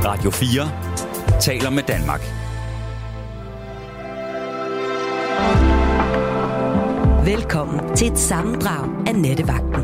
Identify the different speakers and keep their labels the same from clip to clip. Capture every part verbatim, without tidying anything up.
Speaker 1: Radio fire taler med Danmark.
Speaker 2: Velkommen til et sammendrag af Nattevagten.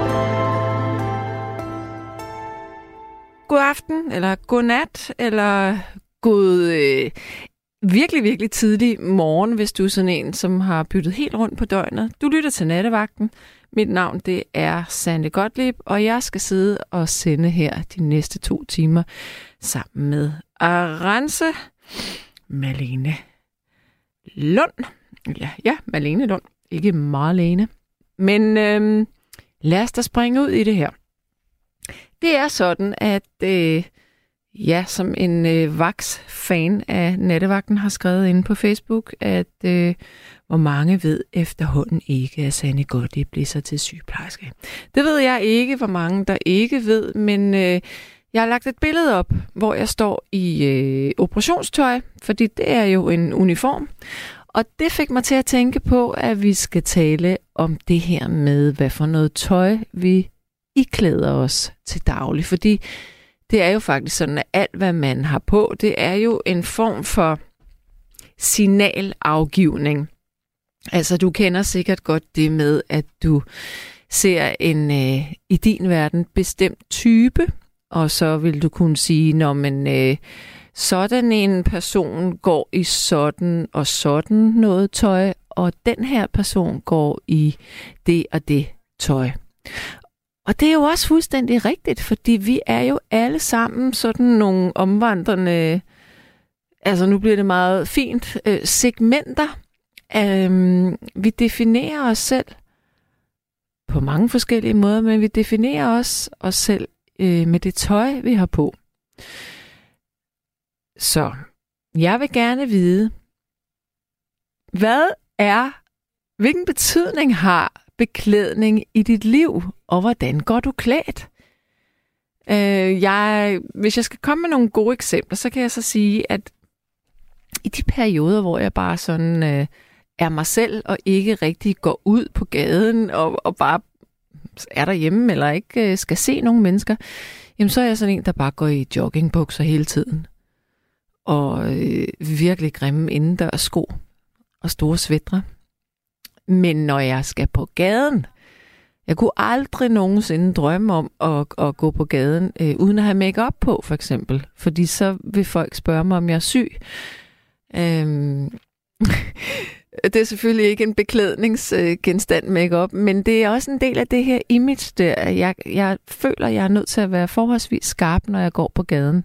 Speaker 3: God aften, eller god nat, eller god øh, virkelig, virkelig tidlig morgen, hvis du er sådan en, som har byttet helt rundt på døgnet. Du lytter til Nattevagten. Mit navn, det er Sande Gottlieb, og jeg skal sidde og sende her de næste to timer sammen med Arance Malene Lund. Ja, ja, Malene Lund. Ikke Marlene. Men øhm, lad os da springe ud i det her. Det er sådan, at øh, ja, som en øh, vaks-fan af Nattevagten har skrevet inde på Facebook, at øh, hvor mange ved efterhånden ikke, at Sande Gottlieb bliver så til sygeplejerske. Det ved jeg ikke, hvor mange der ikke ved, men øh, jeg har lagt et billede op, hvor jeg står i øh, operationstøj, fordi det er jo en uniform. Og det fik mig til at tænke på, at vi skal tale om det her med, hvad for noget tøj vi iklæder os til daglig. Fordi det er jo faktisk sådan, at alt, hvad man har på, det er jo en form for signalafgivning. Altså, du kender sikkert godt det med, at du ser en øh, i din verden bestemt type, og så vil du kunne sige, når man øh, sådan en person går i sådan og sådan noget tøj, og den her person går i det og det tøj. Og det er jo også fuldstændig rigtigt, fordi vi er jo alle sammen sådan nogle omvandrende, altså nu bliver det meget fint, øh, segmenter. Øh, vi definerer os selv på mange forskellige måder, men vi definerer os, os selv øh, med det tøj, vi har på. Så jeg vil gerne vide, hvad er, hvilken betydning har beklædning i dit liv, og hvordan går du klædt? Øh, jeg, hvis jeg skal komme med nogle gode eksempler, så kan jeg så sige, at i de perioder, hvor jeg bare sådan øh, er mig selv, og ikke rigtig går ud på gaden, og, og bare er derhjemme, eller ikke øh, skal se nogle mennesker, jamen så er jeg sådan en, der bare går i joggingbukser hele tiden. Og øh, virkelig grimme indendørs sko og store sweatre. Men når jeg skal på gaden, jeg kunne aldrig nogensinde drømme om at, at gå på gaden, øh, uden at have make-up på, for eksempel. Fordi så vil folk spørge mig, om jeg er syg. Øhm, det er selvfølgelig ikke en beklædningsgenstand, make-up, men det er også en del af det her image, der. Jeg, jeg føler, jeg er nødt til at være forholdsvis skarp, når jeg går på gaden.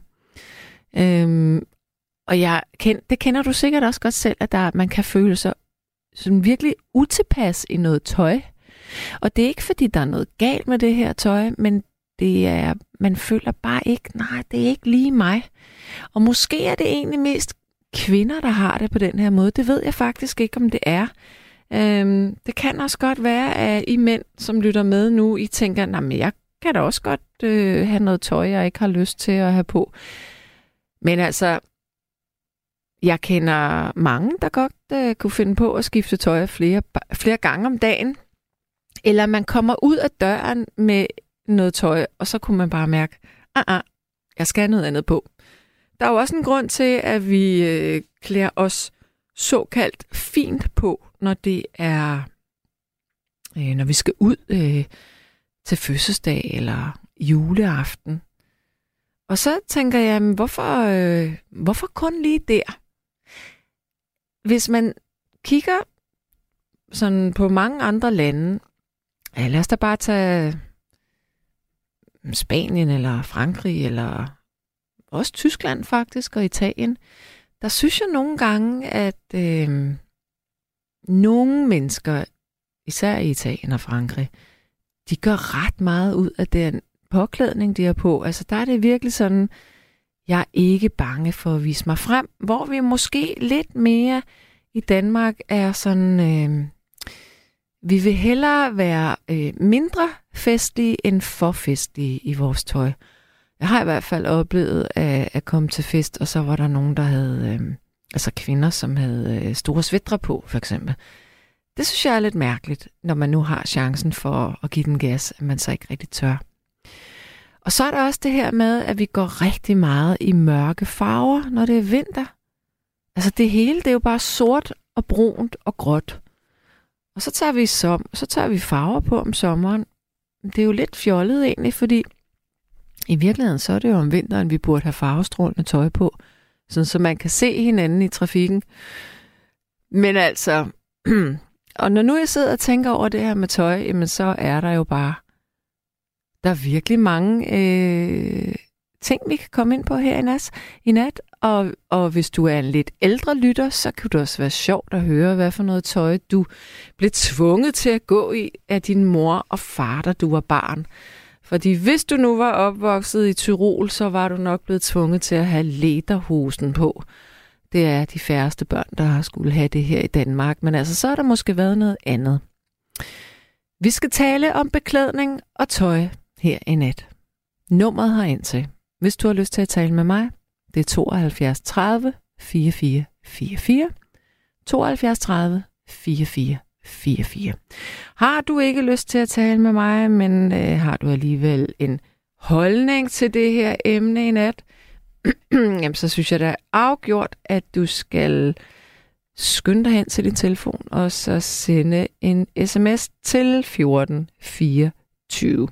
Speaker 3: Øhm, og jeg kend, det kender du sikkert også godt selv, at der, man kan føle sig sådan virkelig utilpas i noget tøj. Og det er ikke, fordi der er noget galt med det her tøj, men det er, man føler bare ikke, nej, det er ikke lige mig. Og måske er det egentlig mest kvinder, der har det på den her måde. Det ved jeg faktisk ikke, om det er. Øhm, det kan også godt være, at I mænd, som lytter med nu, I tænker, nej, men jeg kan da også godt øh, have noget tøj, jeg ikke har lyst til at have på. Men altså, jeg kender mange, der godt øh, kunne finde på at skifte tøj flere, flere gange om dagen. Eller man kommer ud af døren med noget tøj, og så kunne man bare mærke, ah, ah, jeg skal have noget andet på. Der er jo også en grund til, at vi øh, klæder os såkaldt fint på, når det er, øh, når vi skal ud øh, til fødselsdag eller juleaften. Og så tænker jeg, hvorfor, øh, hvorfor kun lige der? Hvis man kigger sådan på mange andre lande, ja, lad os da bare tage Spanien eller Frankrig eller også Tyskland faktisk og Italien, der synes jeg nogle gange, at øh, nogle mennesker, især i Italien og Frankrig, de gør ret meget ud af den påklædning, de har på. Altså der er det virkelig sådan, jeg er ikke bange for at vise mig frem, hvor vi måske lidt mere i Danmark er sådan, øh, vi vil hellere være øh, mindre festlige end for festlige i vores tøj. Jeg har i hvert fald oplevet at, at komme til fest, og så var der nogen, der havde, øh, altså kvinder, som havde øh, store sweatre på, for eksempel. Det synes jeg er lidt mærkeligt, når man nu har chancen for at give den gas, at man så ikke rigtig tør. Og så er der også det her med, at vi går rigtig meget i mørke farver, når det er vinter. Altså det hele, det er jo bare sort og brunt og gråt. Og så tager vi som, så tager vi farver på om sommeren. Det er jo lidt fjollet egentlig, fordi i virkeligheden så er det jo om vinteren, vi burde have farvestrålende tøj på, sådan så man kan se hinanden i trafikken. Men altså, og når nu jeg sidder og tænker over det her med tøj, jamen så er der jo bare, der er virkelig mange øh, ting, vi kan komme ind på her i nat. I nat. Og, og hvis du er en lidt ældre lytter, så kan det også være sjovt at høre, hvad for noget tøj du blev tvunget til at gå i af din mor og far, da du var barn. Fordi hvis du nu var opvokset i Tyrol, så var du nok blevet tvunget til at have lederhosen på. Det er de færreste børn, der har skulle have det her i Danmark. Men altså, så har der måske været noget andet. Vi skal tale om beklædning og tøj her i nat. Nummeret herind til, hvis du har lyst til at tale med mig, det er tooghalvfjerds tredive fireogfyrre fireogfyrre. tooghalvfjerds tredive fireogfyrre fireogfyrre. Har du ikke lyst til at tale med mig, men øh, har du alligevel en holdning til det her emne i nat, jamen så synes jeg da afgjort, at du skal skynde dig hen til din telefon og så sende en sms til fjorten fireogtyve.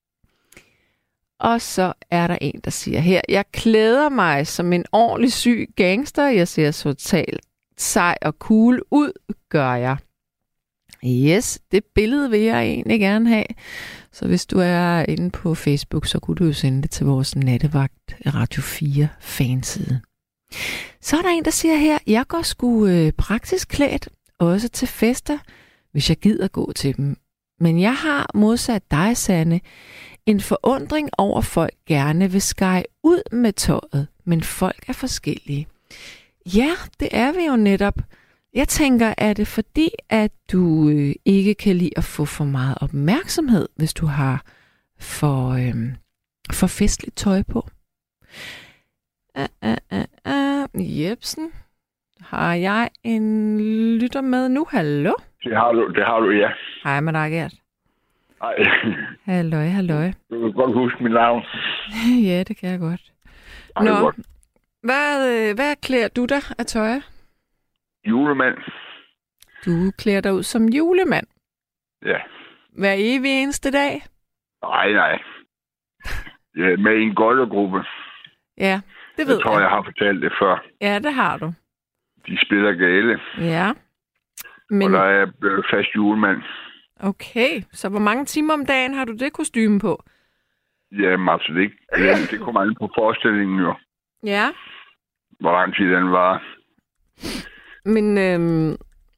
Speaker 3: Og så er der en, der siger her, jeg klæder mig som en ordentlig syg gangster. Jeg ser totalt sej og cool ud, gør jeg. Yes, det billede vil jeg egentlig gerne have. Så hvis du er inde på Facebook, så kunne du jo sende det til vores nattevagt Radio fire fanside. Så er der en, der siger her, jeg går sgu øh, praktisk klædt, også til fester, hvis jeg gider gå til dem. Men jeg har modsat dig, Sanne, en forundring over, folk gerne vil skære ud med tøjet, men folk er forskellige. Ja, det er vi jo netop. Jeg tænker, er det fordi, at du øh, ikke kan lide at få for meget opmærksomhed, hvis du har for, øh, for festligt tøj på? Uh, uh, uh, uh. Jebsen, har jeg en lytter med nu? Hallo?
Speaker 4: Det har du, det har du, ja.
Speaker 3: Hej med dig, Gert.
Speaker 4: Hej.
Speaker 3: Halløj, halløj.
Speaker 4: Du kan godt huske mit navn.
Speaker 3: Ja, det kan jeg godt.
Speaker 4: Ej,
Speaker 3: Nå,
Speaker 4: godt.
Speaker 3: Hvad, hvad klæder du dig af tøj?
Speaker 4: Julemand.
Speaker 3: Du klæder dig ud som julemand?
Speaker 4: Ja.
Speaker 3: Hver evig eneste dag?
Speaker 4: Nej, nej. Ja, med en goldergruppe.
Speaker 3: Ja, det ved
Speaker 4: jeg. tror,
Speaker 3: jeg.
Speaker 4: jeg har fortalt det før.
Speaker 3: Ja, det har du.
Speaker 4: De spiller gale.
Speaker 3: Ja. Men...
Speaker 4: Og der er blevet fast julemand.
Speaker 3: Okay, så hvor mange timer om dagen har du det kostume på?
Speaker 4: Jamen, absolut ikke. Ja, det kommer an på forestillingen jo.
Speaker 3: Ja.
Speaker 4: Hvor lang tid den var.
Speaker 3: Men øhm,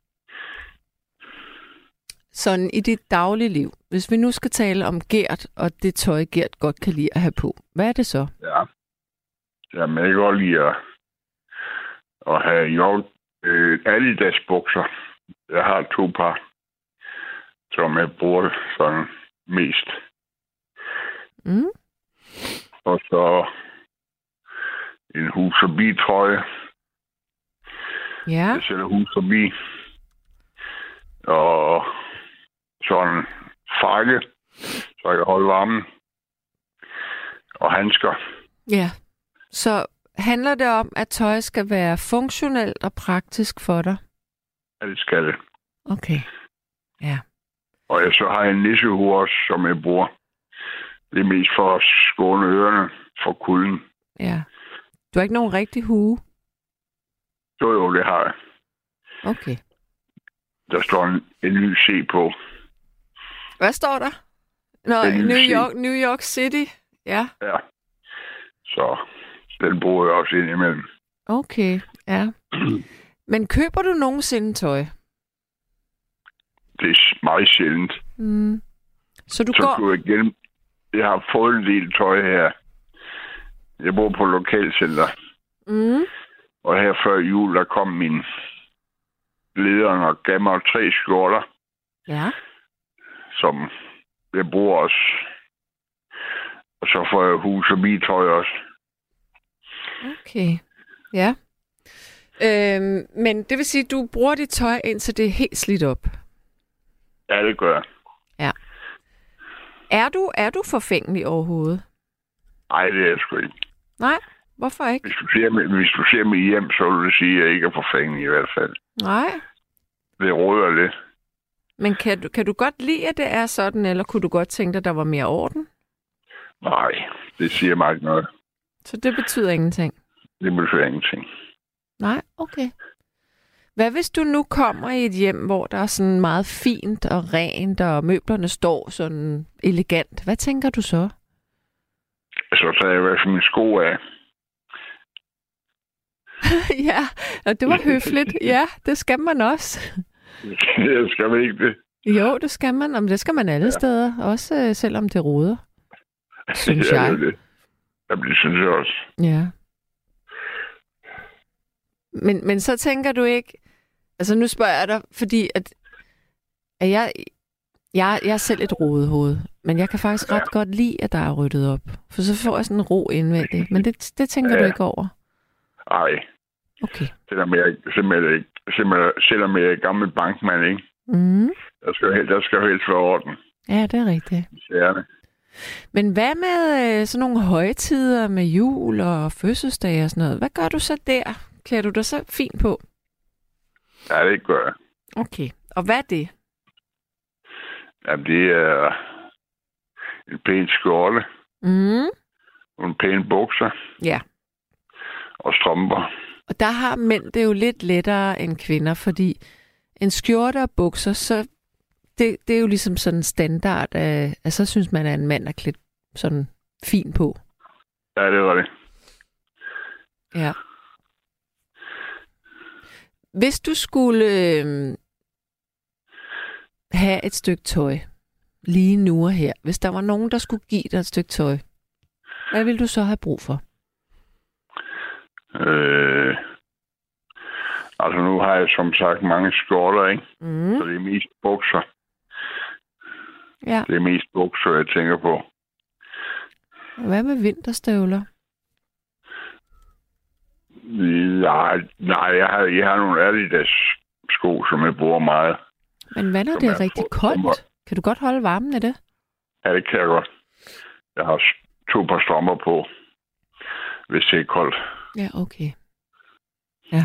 Speaker 3: sådan i dit daglige liv, hvis vi nu skal tale om Gert og det tøj, Gert godt kan lide at have på, hvad er det så?
Speaker 4: Ja. Jamen, jeg kan godt lide at, at have jord, øh, Adidas bukser. Jeg har to par, som jeg bruger sådan mest.
Speaker 3: Mm.
Speaker 4: Og så en hus forbi trøje.
Speaker 3: Ja.
Speaker 4: Jeg sætter hus forbi. Og sådan frakke, så jeg kan holde varmen. Og handsker.
Speaker 3: Ja. Så handler det om, at tøj skal være funktionelt og praktisk for dig?
Speaker 4: Ja, det skal det.
Speaker 3: Okay. Ja.
Speaker 4: Og jeg så har jeg en nissehue også, som jeg bruger. Det er mest for at skåne ørerne for kulden.
Speaker 3: Ja. Du har ikke nogen rigtig hue?
Speaker 4: Jo, jo, det har jeg.
Speaker 3: Okay.
Speaker 4: Der står en, en ny C på.
Speaker 3: Hvad står der? Nå, New York, New York City. Ja.
Speaker 4: Ja. Så den bruger jeg også ind imellem.
Speaker 3: Okay, ja. Men køber du nogensinde tøj?
Speaker 4: Det er meget sjældent.
Speaker 3: Mm. Så du
Speaker 4: Så
Speaker 3: går...
Speaker 4: du igen... Jeg har fået en del tøj her. Jeg bor på lokalcenter.
Speaker 3: Mm.
Speaker 4: Og her før jul, der kom min leder og gav mig tre skjorter.
Speaker 3: Ja.
Speaker 4: Som jeg bruger også. Og så får jeg hus og bitøj også.
Speaker 3: Okay, ja. Øhm, men det vil sige, at du bruger dit tøj, indtil det er helt slidt op?
Speaker 4: Ja, det gør jeg.
Speaker 3: Ja. Er du, er du forfængelig overhovedet?
Speaker 4: Nej, det er jeg sgu ikke.
Speaker 3: Nej, hvorfor ikke?
Speaker 4: Hvis du ser mig, hvis du ser mig hjem, så vil du sige, at jeg ikke er forfængelig i hvert fald.
Speaker 3: Nej.
Speaker 4: Det råder lidt.
Speaker 3: Men kan du, kan du godt lide, at det er sådan, eller kunne du godt tænke dig, at der var mere orden?
Speaker 4: Nej, det siger mig ikke noget.
Speaker 3: Så det betyder ingenting?
Speaker 4: Det betyder ingenting.
Speaker 3: Nej, okay. Hvad hvis du nu kommer i et hjem, hvor der er sådan meget fint og rent, og møblerne står sådan elegant? Hvad tænker du så?
Speaker 4: Så tager jeg i hvert fald mine sko af.
Speaker 3: Ja, og det var høfligt. Ja, det skal man også.
Speaker 4: Jeg skal man ikke det.
Speaker 3: Jo, det skal man. Jamen, det skal man alle ja. steder. Også øh, selvom det roder. Synes
Speaker 4: ja,
Speaker 3: jeg.
Speaker 4: Det, det. Jamen, det synes jeg også.
Speaker 3: Ja. Men, men så tænker du ikke... Altså, nu spørger jeg dig, fordi at, at jeg, jeg, jeg er selv et rodet hoved, men jeg kan faktisk ret ja. godt lide, at der er ryddet op. For så får jeg sådan en ro indvendigt. Men det, det tænker ja. du ikke over?
Speaker 4: Nej.
Speaker 3: Okay.
Speaker 4: Selvom jeg, simpelthen, simpelthen, selvom jeg er gammel bankmand, ikke?
Speaker 3: Mm.
Speaker 4: Der skal, der skal jo helst være orden.
Speaker 3: Ja, det er rigtigt.
Speaker 4: Ja, det.
Speaker 3: Men hvad med øh, sådan nogle højtider med jul og fødselsdage og sådan noget? Hvad gør du så der? Klæder du dig så fint på?
Speaker 4: Ja, det gør jeg.
Speaker 3: Okay. Og hvad er det?
Speaker 4: Jamen, det er en pæn skjorte.
Speaker 3: Mm.
Speaker 4: Og en pæn bukser.
Speaker 3: Ja.
Speaker 4: Og strømper.
Speaker 3: Og der har mænd det jo lidt lettere end kvinder, fordi en skjorte og bukser, så det, det er jo ligesom sådan en standard, af, at så synes man, at en mand er klædt sådan fin på.
Speaker 4: Ja, det var det.
Speaker 3: Ja. Hvis du skulle øh, have et stykke tøj, lige nu og her, hvis der var nogen, der skulle give dig et stykke tøj, hvad ville du så have brug for?
Speaker 4: Øh, altså nu har jeg som sagt mange skjorter, ikke?
Speaker 3: Mm.
Speaker 4: Så det er mest bukser.
Speaker 3: Ja.
Speaker 4: Det er mest bukser, jeg tænker på.
Speaker 3: Hvad med vinterstøvler?
Speaker 4: Nej, nej jeg, har, jeg har nogle Adidas sko, som jeg bruger meget.
Speaker 3: Men hvad når det er rigtig koldt? Kan du godt holde varmen i det?
Speaker 4: Ja, det kan jeg godt. Jeg har to par strømper på, hvis det er koldt.
Speaker 3: Ja, okay. Ja.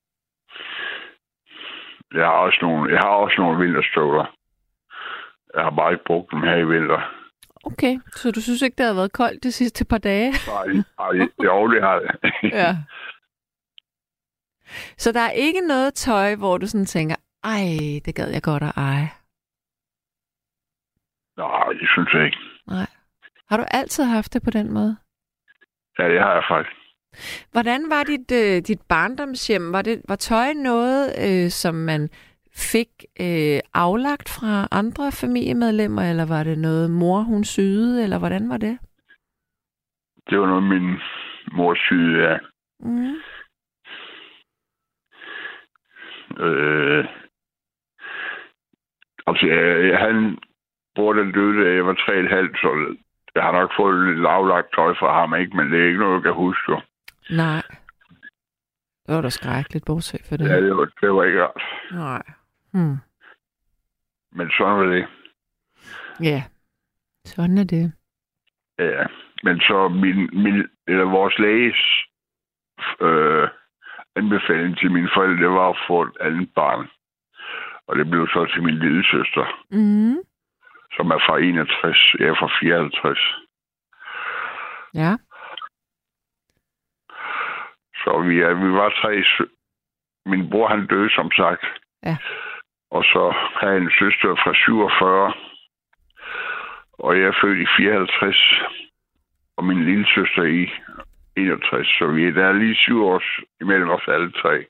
Speaker 4: Jeg har også nogle, jeg har også nogle vinterstøvler. Jeg har bare ikke brugt dem her i vinter.
Speaker 3: Okay, så du synes ikke, det har været koldt de sidste par dage?
Speaker 4: Nej, nej, jo, det har det.
Speaker 3: Ja. Så der er ikke noget tøj, hvor du sådan tænker, ej, det gad jeg godt at eje?
Speaker 4: Nej, det synes jeg ikke.
Speaker 3: Nej. Har du altid haft det på den måde?
Speaker 4: Ja, det har jeg faktisk.
Speaker 3: Hvordan var dit, øh, dit barndomshjem? Var, det, var tøj noget, øh, som man fik øh, aflagt fra andre familiemedlemmer, eller var det noget, mor hun syede, eller hvordan var det?
Speaker 4: Det var noget, min mor syede, ja.
Speaker 3: Mm.
Speaker 4: Øh, altså, jeg, jeg havde en bror, der døde, da jeg var tre og et halvt, så jeg har nok fået lidt aflagt tøj fra ham, ikke? Men det er ikke noget, jeg kan huske, jo.
Speaker 3: Nej. Det var da skrækkeligt, bortset for det.
Speaker 4: Ja, det var, det var ikke rart.
Speaker 3: Nej. Hmm.
Speaker 4: Men sådan var det.
Speaker 3: Ja, sådan er det.
Speaker 4: Ja, men så min, min, eller vores læges øh, anbefaling til mine forældre, det var at få et andet barn. Og det blev så til min lille søster,
Speaker 3: mm.
Speaker 4: som er fra enogtres, jeg er fra fireoghalvtreds.
Speaker 3: Ja.
Speaker 4: Så vi, er, vi var tre. Min bror, han døde, som sagt.
Speaker 3: Ja.
Speaker 4: Og så havde jeg en søster fra syvogfyrre. Og jeg er født i fireoghalvtreds. Og min lille søster i enogtres. Så vi er der lige syv år imellem os alle tre.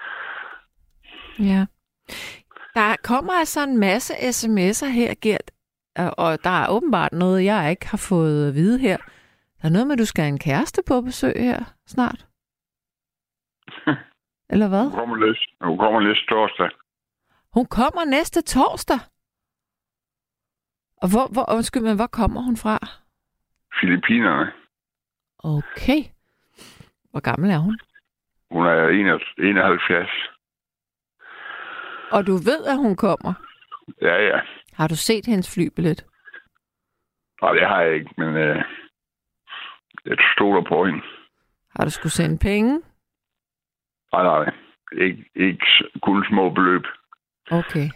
Speaker 3: Ja. Der kommer altså en masse sms'er her, Gert. Og der er åbenbart noget, jeg ikke har fået at vide her. Der er noget med, at du skal have en kæreste på besøg her snart. Eller hvad?
Speaker 4: Hun kommer næste, hun kommer næste torsdag.
Speaker 3: Hun kommer næste torsdag? Og hvor, hvor, undskyld, men hvor kommer hun fra?
Speaker 4: Filippinerne.
Speaker 3: Okay. Hvor gammel er hun?
Speaker 4: Hun er enoghalvfjerds.
Speaker 3: Og du ved, at hun kommer?
Speaker 4: Ja, ja.
Speaker 3: Har du set hendes flybillet?
Speaker 4: Nej, det har jeg ikke, men øh, Jeg stoler på hende.
Speaker 3: Har du skulle sende penge?
Speaker 4: Nej, nej. Ikke, ikke kun små beløb.
Speaker 3: Okay.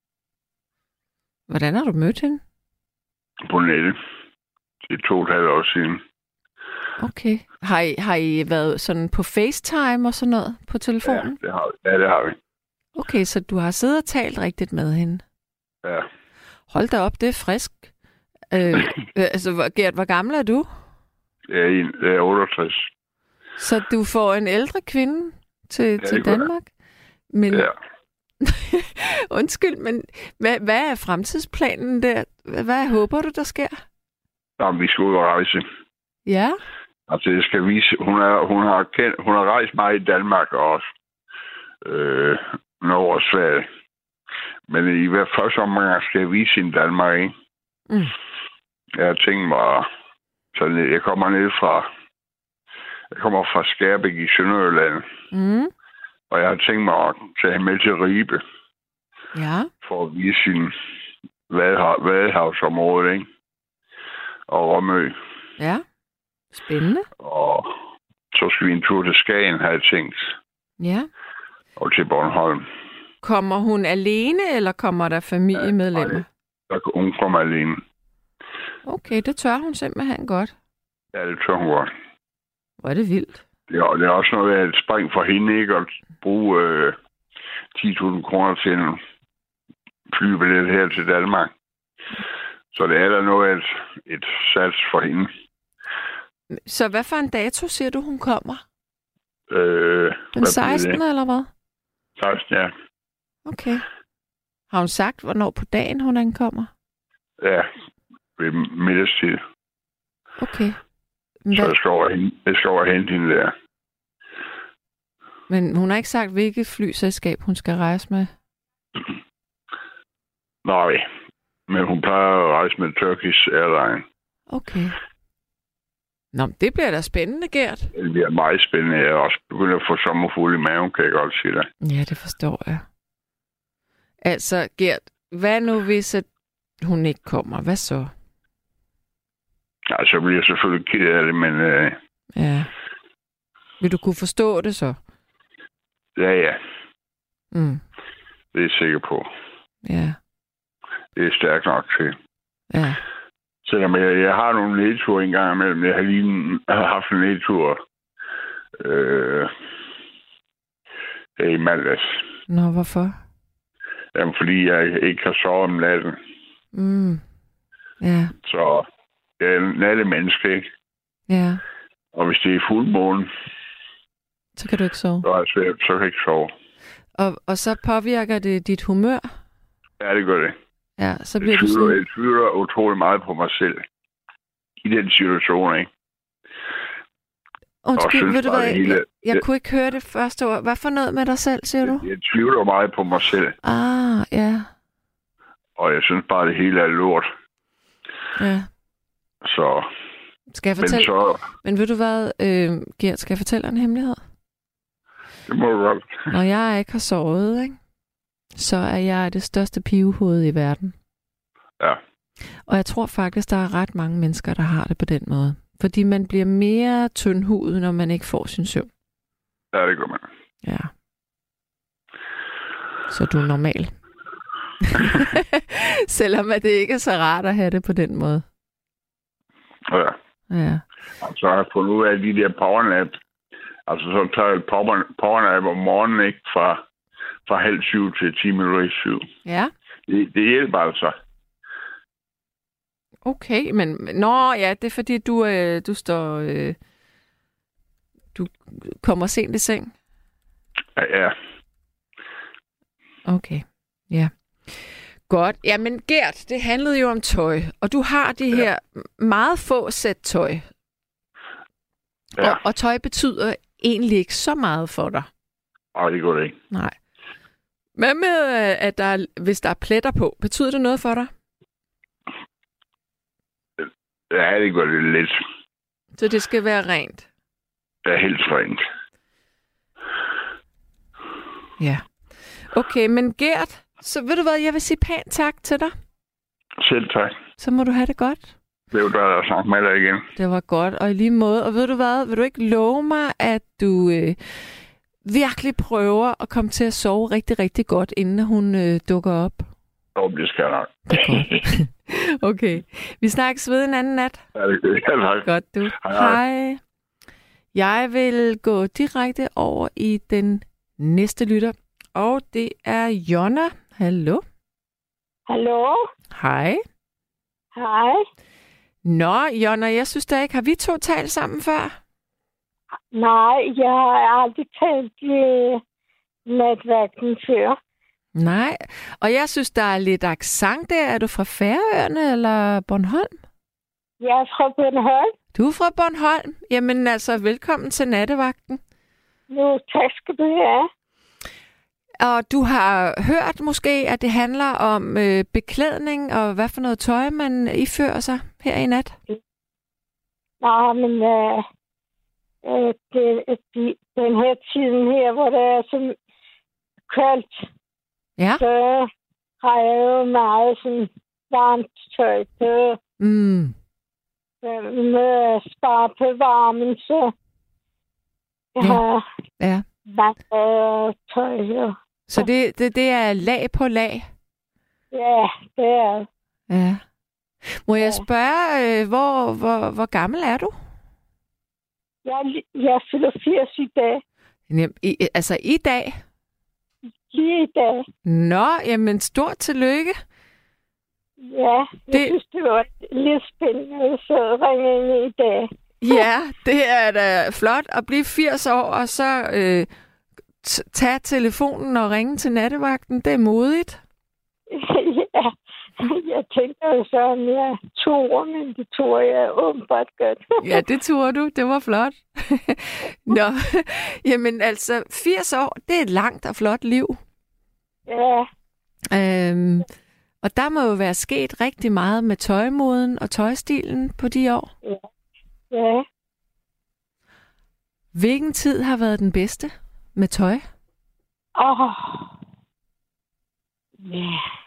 Speaker 3: Hvordan har du mødt hende?
Speaker 4: På nettet. Det er to og et halvt år siden.
Speaker 3: Okay. Har I, har I været sådan på FaceTime og sådan noget på telefonen?
Speaker 4: Ja, det har vi. Ja, det har vi.
Speaker 3: Okay, så du har siddet og talt rigtigt med hende?
Speaker 4: Ja.
Speaker 3: Hold da op, det er frisk. Øh, øh, altså, Gert, hvor gammel er du?
Speaker 4: Jeg er, en, jeg er otteogtres.
Speaker 3: Så du får en ældre kvinde til,
Speaker 4: ja,
Speaker 3: til Danmark? Men,
Speaker 4: ja.
Speaker 3: Undskyld, men hvad, hvad er fremtidsplanen der? Hvad håber du, der sker?
Speaker 4: Jamen, vi skal ud og rejse.
Speaker 3: Ja?
Speaker 4: Altså, jeg skal vise... Hun, er, hun, har, kendt, hun har rejst meget i Danmark også. Øh, Norge og Sverige. Men i hvert første omgang skal jeg vise hende Danmark, ikke?
Speaker 3: Mm.
Speaker 4: Jeg har tænkt mig... Så jeg kommer ned fra... Jeg kommer fra Skærbæk i Sønderjylland.
Speaker 3: Mm.
Speaker 4: Og jeg har tænkt mig at tage med til Ribe.
Speaker 3: Ja.
Speaker 4: For at vise sin vadehavsområde, ikke? Og Rømø.
Speaker 3: Ja. Spændende.
Speaker 4: Og så skal vi en tur til Skagen, har jeg tænkt.
Speaker 3: Ja.
Speaker 4: Og til Bornholm.
Speaker 3: Kommer hun alene, eller kommer der familiemedlemmer?
Speaker 4: Ja, der, hun kommer alene.
Speaker 3: Okay, det tør hun simpelthen godt.
Speaker 4: Ja, det tør hun godt.
Speaker 3: Hvor er det vildt.
Speaker 4: Ja, det er også noget af et spring for hende, ikke? At bruge øh, ti tusind kroner til en flybillet her til Danmark. Så det er der noget af et, et sats for hende.
Speaker 3: Så hvad for en dato siger du, hun kommer?
Speaker 4: Øh,
Speaker 3: Den sekstende eller hvad?
Speaker 4: sekstende, ja.
Speaker 3: Okay. Har hun sagt, hvornår på dagen hun ankommer?
Speaker 4: Ja, ved middagstid.
Speaker 3: Okay.
Speaker 4: Hvad? Så jeg skal over hende, jeg skal over hente hende der.
Speaker 3: Men hun har ikke sagt, hvilket flyselskab hun skal rejse med?
Speaker 4: Nej, men hun plejer at rejse med Turkish Airlines.
Speaker 3: Okay. Nå, det bliver da spændende, Gert.
Speaker 4: Det bliver meget spændende. Jeg er også begyndt at få sommerfugle i maven, kan jeg godt sige dig.
Speaker 3: Ja, det forstår jeg. Altså, Gert, hvad nu hvis at hun ikke kommer? Hvad så?
Speaker 4: Ja, så bliver jeg selvfølgelig ked af det, men... Øh...
Speaker 3: Ja. Vil du kunne forstå det så?
Speaker 4: Ja, ja.
Speaker 3: Mm.
Speaker 4: Det er jeg sikker på.
Speaker 3: Ja.
Speaker 4: Det er stærkt nok til.
Speaker 3: Ja.
Speaker 4: Selvom jeg, jeg har nogle nedture engang imellem. Jeg har lige jeg har haft en nedtur øh, i mandags.
Speaker 3: Nå, hvorfor?
Speaker 4: Jamen, fordi jeg ikke har sovet om natten.
Speaker 3: Mm. Ja.
Speaker 4: Så jeg er en nattemenneske, ikke?
Speaker 3: Ja.
Speaker 4: Og hvis det er fuldmåne,
Speaker 3: så kan du ikke sove.
Speaker 4: Så, er jeg svært, så kan jeg ikke sove.
Speaker 3: Og, og så påvirker det dit humør?
Speaker 4: Ja, det gør det.
Speaker 3: Ja, så bliver
Speaker 4: jeg
Speaker 3: du
Speaker 4: tvivler,
Speaker 3: sådan...
Speaker 4: Jeg tvivler utrolig meget på mig selv. I den situation, ikke?
Speaker 3: Undskyld, ved du hvad?
Speaker 4: Hele...
Speaker 3: Jeg, jeg kunne ikke høre det første ord. Hvad for noget med dig selv, siger du?
Speaker 4: Jeg, jeg tvivler meget på mig selv.
Speaker 3: Ah, ja.
Speaker 4: Og jeg synes bare, det hele er lort.
Speaker 3: Ja.
Speaker 4: Så...
Speaker 3: Skal jeg fortælle... Men, så... Men ved du hvad, øh, Gert, skal jeg fortælle en hemmelighed?
Speaker 4: Det må du godt.
Speaker 3: Når jeg ikke har sovet, ikke? Så er jeg det største pivehoved i verden.
Speaker 4: Ja.
Speaker 3: Og jeg tror faktisk, der er ret mange mennesker, der har det på den måde. Fordi man bliver mere tyndhudet, når man ikke får sin søvn.
Speaker 4: Ja, det gør man.
Speaker 3: Ja. Så du er normal. Selvom at det ikke er så rart at have det på den måde.
Speaker 4: Ja.
Speaker 3: Ja.
Speaker 4: Så har jeg fundet ud af de der powernap. Altså så tager jeg et powernap om morgenen, ikke? Fra, fra halv syv til ti minutter i syv.
Speaker 3: Ja.
Speaker 4: Det, det hjælper altså.
Speaker 3: Okay, men nå ja, det er fordi du øh, du står øh, du kommer sent i seng.
Speaker 4: Ja, ja.
Speaker 3: Okay. Ja. Godt. Jamen Gert, det handlede jo om tøj, og du har de ja. her meget få sæt tøj.
Speaker 4: Ja.
Speaker 3: Og, og tøj betyder egentlig ikke så meget for dig.
Speaker 4: Nej, det gør det ikke.
Speaker 3: Nej. Hvad med, at der, hvis der er pletter på, betyder det noget for dig?
Speaker 4: Ja, det gør det lidt.
Speaker 3: Så det skal være rent?
Speaker 4: Det er helt rent.
Speaker 3: Ja. Okay, men Gert, så ved du hvad, jeg vil sige pænt tak til dig.
Speaker 4: Selv tak.
Speaker 3: Så må du have det godt.
Speaker 4: Det var der, der sang med dig igen.
Speaker 3: Det var godt, og i lige måde. Og ved du hvad, vil du ikke love mig, at du øh, virkelig prøver at komme til at sove rigtig, rigtig godt, inden hun øh, dukker op?
Speaker 4: Jo, det skal jeg nok.
Speaker 3: Det er godt. Okay. Vi snakkes ved en anden nat.
Speaker 4: Ja, det er det.
Speaker 3: Godt, du.
Speaker 4: Hej, hej.
Speaker 3: Hej. Jeg vil gå direkte over i den næste lytter, og det er Jonna. Hallo.
Speaker 5: Hallo?
Speaker 3: Hej.
Speaker 5: Hej.
Speaker 3: Nå, Jonna, jeg synes da ikke, har vi to talt sammen før?
Speaker 5: Nej, jeg har aldrig talt i netværken før.
Speaker 3: Nej, og jeg synes, der er lidt accent der. Er du fra Færøerne eller Bornholm?
Speaker 5: Jeg er fra Bornholm.
Speaker 3: Du er fra Bornholm. Jamen altså, velkommen til nattevagten.
Speaker 5: Nu, tak skal du have.
Speaker 3: Og du har hørt måske, at det handler om øh, beklædning og hvad for noget tøj, man ifører sig her i nat?
Speaker 5: Nej, men øh, øh, det, de, den her tiden her, hvor det er så koldt,
Speaker 3: Ja.
Speaker 5: så har jeg jo meget sådan varmt tøj på.
Speaker 3: Mm.
Speaker 5: Øh, med at spare på varmen, så jeg
Speaker 3: Ja.
Speaker 5: har
Speaker 3: Ja.
Speaker 5: varmt tøj her.
Speaker 3: Så det, det, det er lag på lag?
Speaker 5: Ja, det er.
Speaker 3: Ja. Må jeg
Speaker 5: Ja.
Speaker 3: spørge, øh, hvor, hvor, hvor gammel er du?
Speaker 5: Jeg, jeg fylder firs i dag.
Speaker 3: Jamen, i, altså i dag?
Speaker 5: Lige i dag.
Speaker 3: Nå, jamen stort tillykke.
Speaker 5: Ja, jeg
Speaker 3: Det-
Speaker 5: det... synes, det var lidt spændende, så ringe ind i dag.
Speaker 3: Ja, det er da flot at blive firs år, og så øh, t- tage telefonen og ringe til nattevagten. Det er modigt.
Speaker 5: Ja, jeg tænkte jo så, om jeg tog, men det tog jeg åbenbart godt.
Speaker 3: Ja, det turde du. Det var flot. Nå, jamen altså, firs år, det er et langt og flot liv.
Speaker 5: Ja,
Speaker 3: Øhm, og der må jo være sket rigtig meget med tøjmoden og tøjstilen på de år.
Speaker 5: ja.
Speaker 3: Hvilken tid har været den bedste med tøj?
Speaker 5: Åh. Oh. Ja.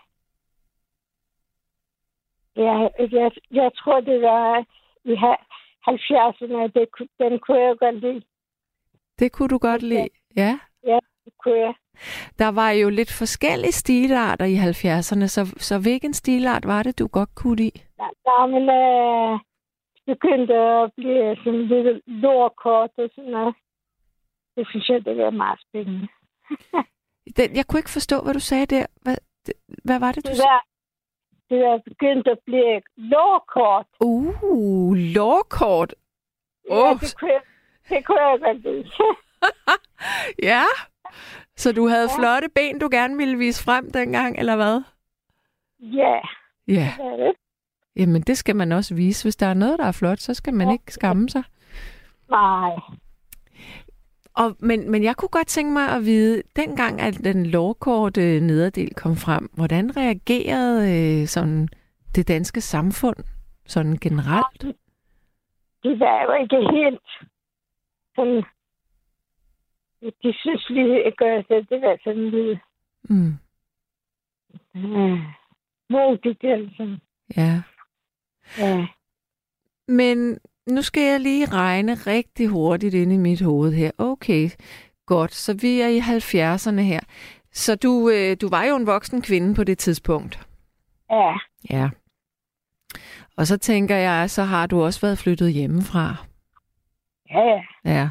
Speaker 5: Ja, jeg, jeg tror, det var i halvfjerdserne, det, ku- den kunne jeg godt lide.
Speaker 3: Det kunne du godt lide. Ja.
Speaker 5: Det kunne jeg.
Speaker 3: Der var jo lidt forskellige stilarter i halvfjerdserne, så, så hvilken stilart var det, du godt kunne lide?
Speaker 5: Nej, nej, men øh, det begyndte at blive sådan lidt lorkort og sådan noget. Det synes jeg, det var meget spændende.
Speaker 3: Den, jeg kunne ikke forstå, hvad du sagde der. Hvad, det, hvad var det, du
Speaker 5: Det
Speaker 3: sagde?
Speaker 5: der, det der begyndte at blive lorkort.
Speaker 3: Uh, lårkort.
Speaker 5: Ja,
Speaker 3: Åh.
Speaker 5: det kunne jeg, det kunne jeg godt lide.
Speaker 3: Ja. Så du havde
Speaker 5: Ja.
Speaker 3: flotte ben, du gerne ville vise frem dengang, eller hvad?
Speaker 5: Ja,
Speaker 3: Ja.
Speaker 5: det er det.
Speaker 3: Jamen, det skal man også vise. Hvis der er noget, der er flot, så skal man ikke skamme sig.
Speaker 5: Nej.
Speaker 3: Og, men, men jeg kunne godt tænke mig at vide, dengang at den lovkorte nederdel kom frem, hvordan reagerede øh, sådan det danske samfund sådan generelt?
Speaker 5: Det var jo ikke helt sådan... De synes lige ikke, at det var sådan lidt
Speaker 3: Mm.
Speaker 5: øh, modigt, altså.
Speaker 3: Ja.
Speaker 5: Ja.
Speaker 3: Men nu skal jeg lige regne rigtig hurtigt ind i mit hoved her. Okay, godt. Så vi er i halvfjerdserne her. Så du, øh, du var jo en voksen kvinde på det tidspunkt.
Speaker 5: Ja.
Speaker 3: Ja. Og så tænker jeg, så har du også været flyttet hjemmefra.
Speaker 5: Ja, ja.
Speaker 3: Ja.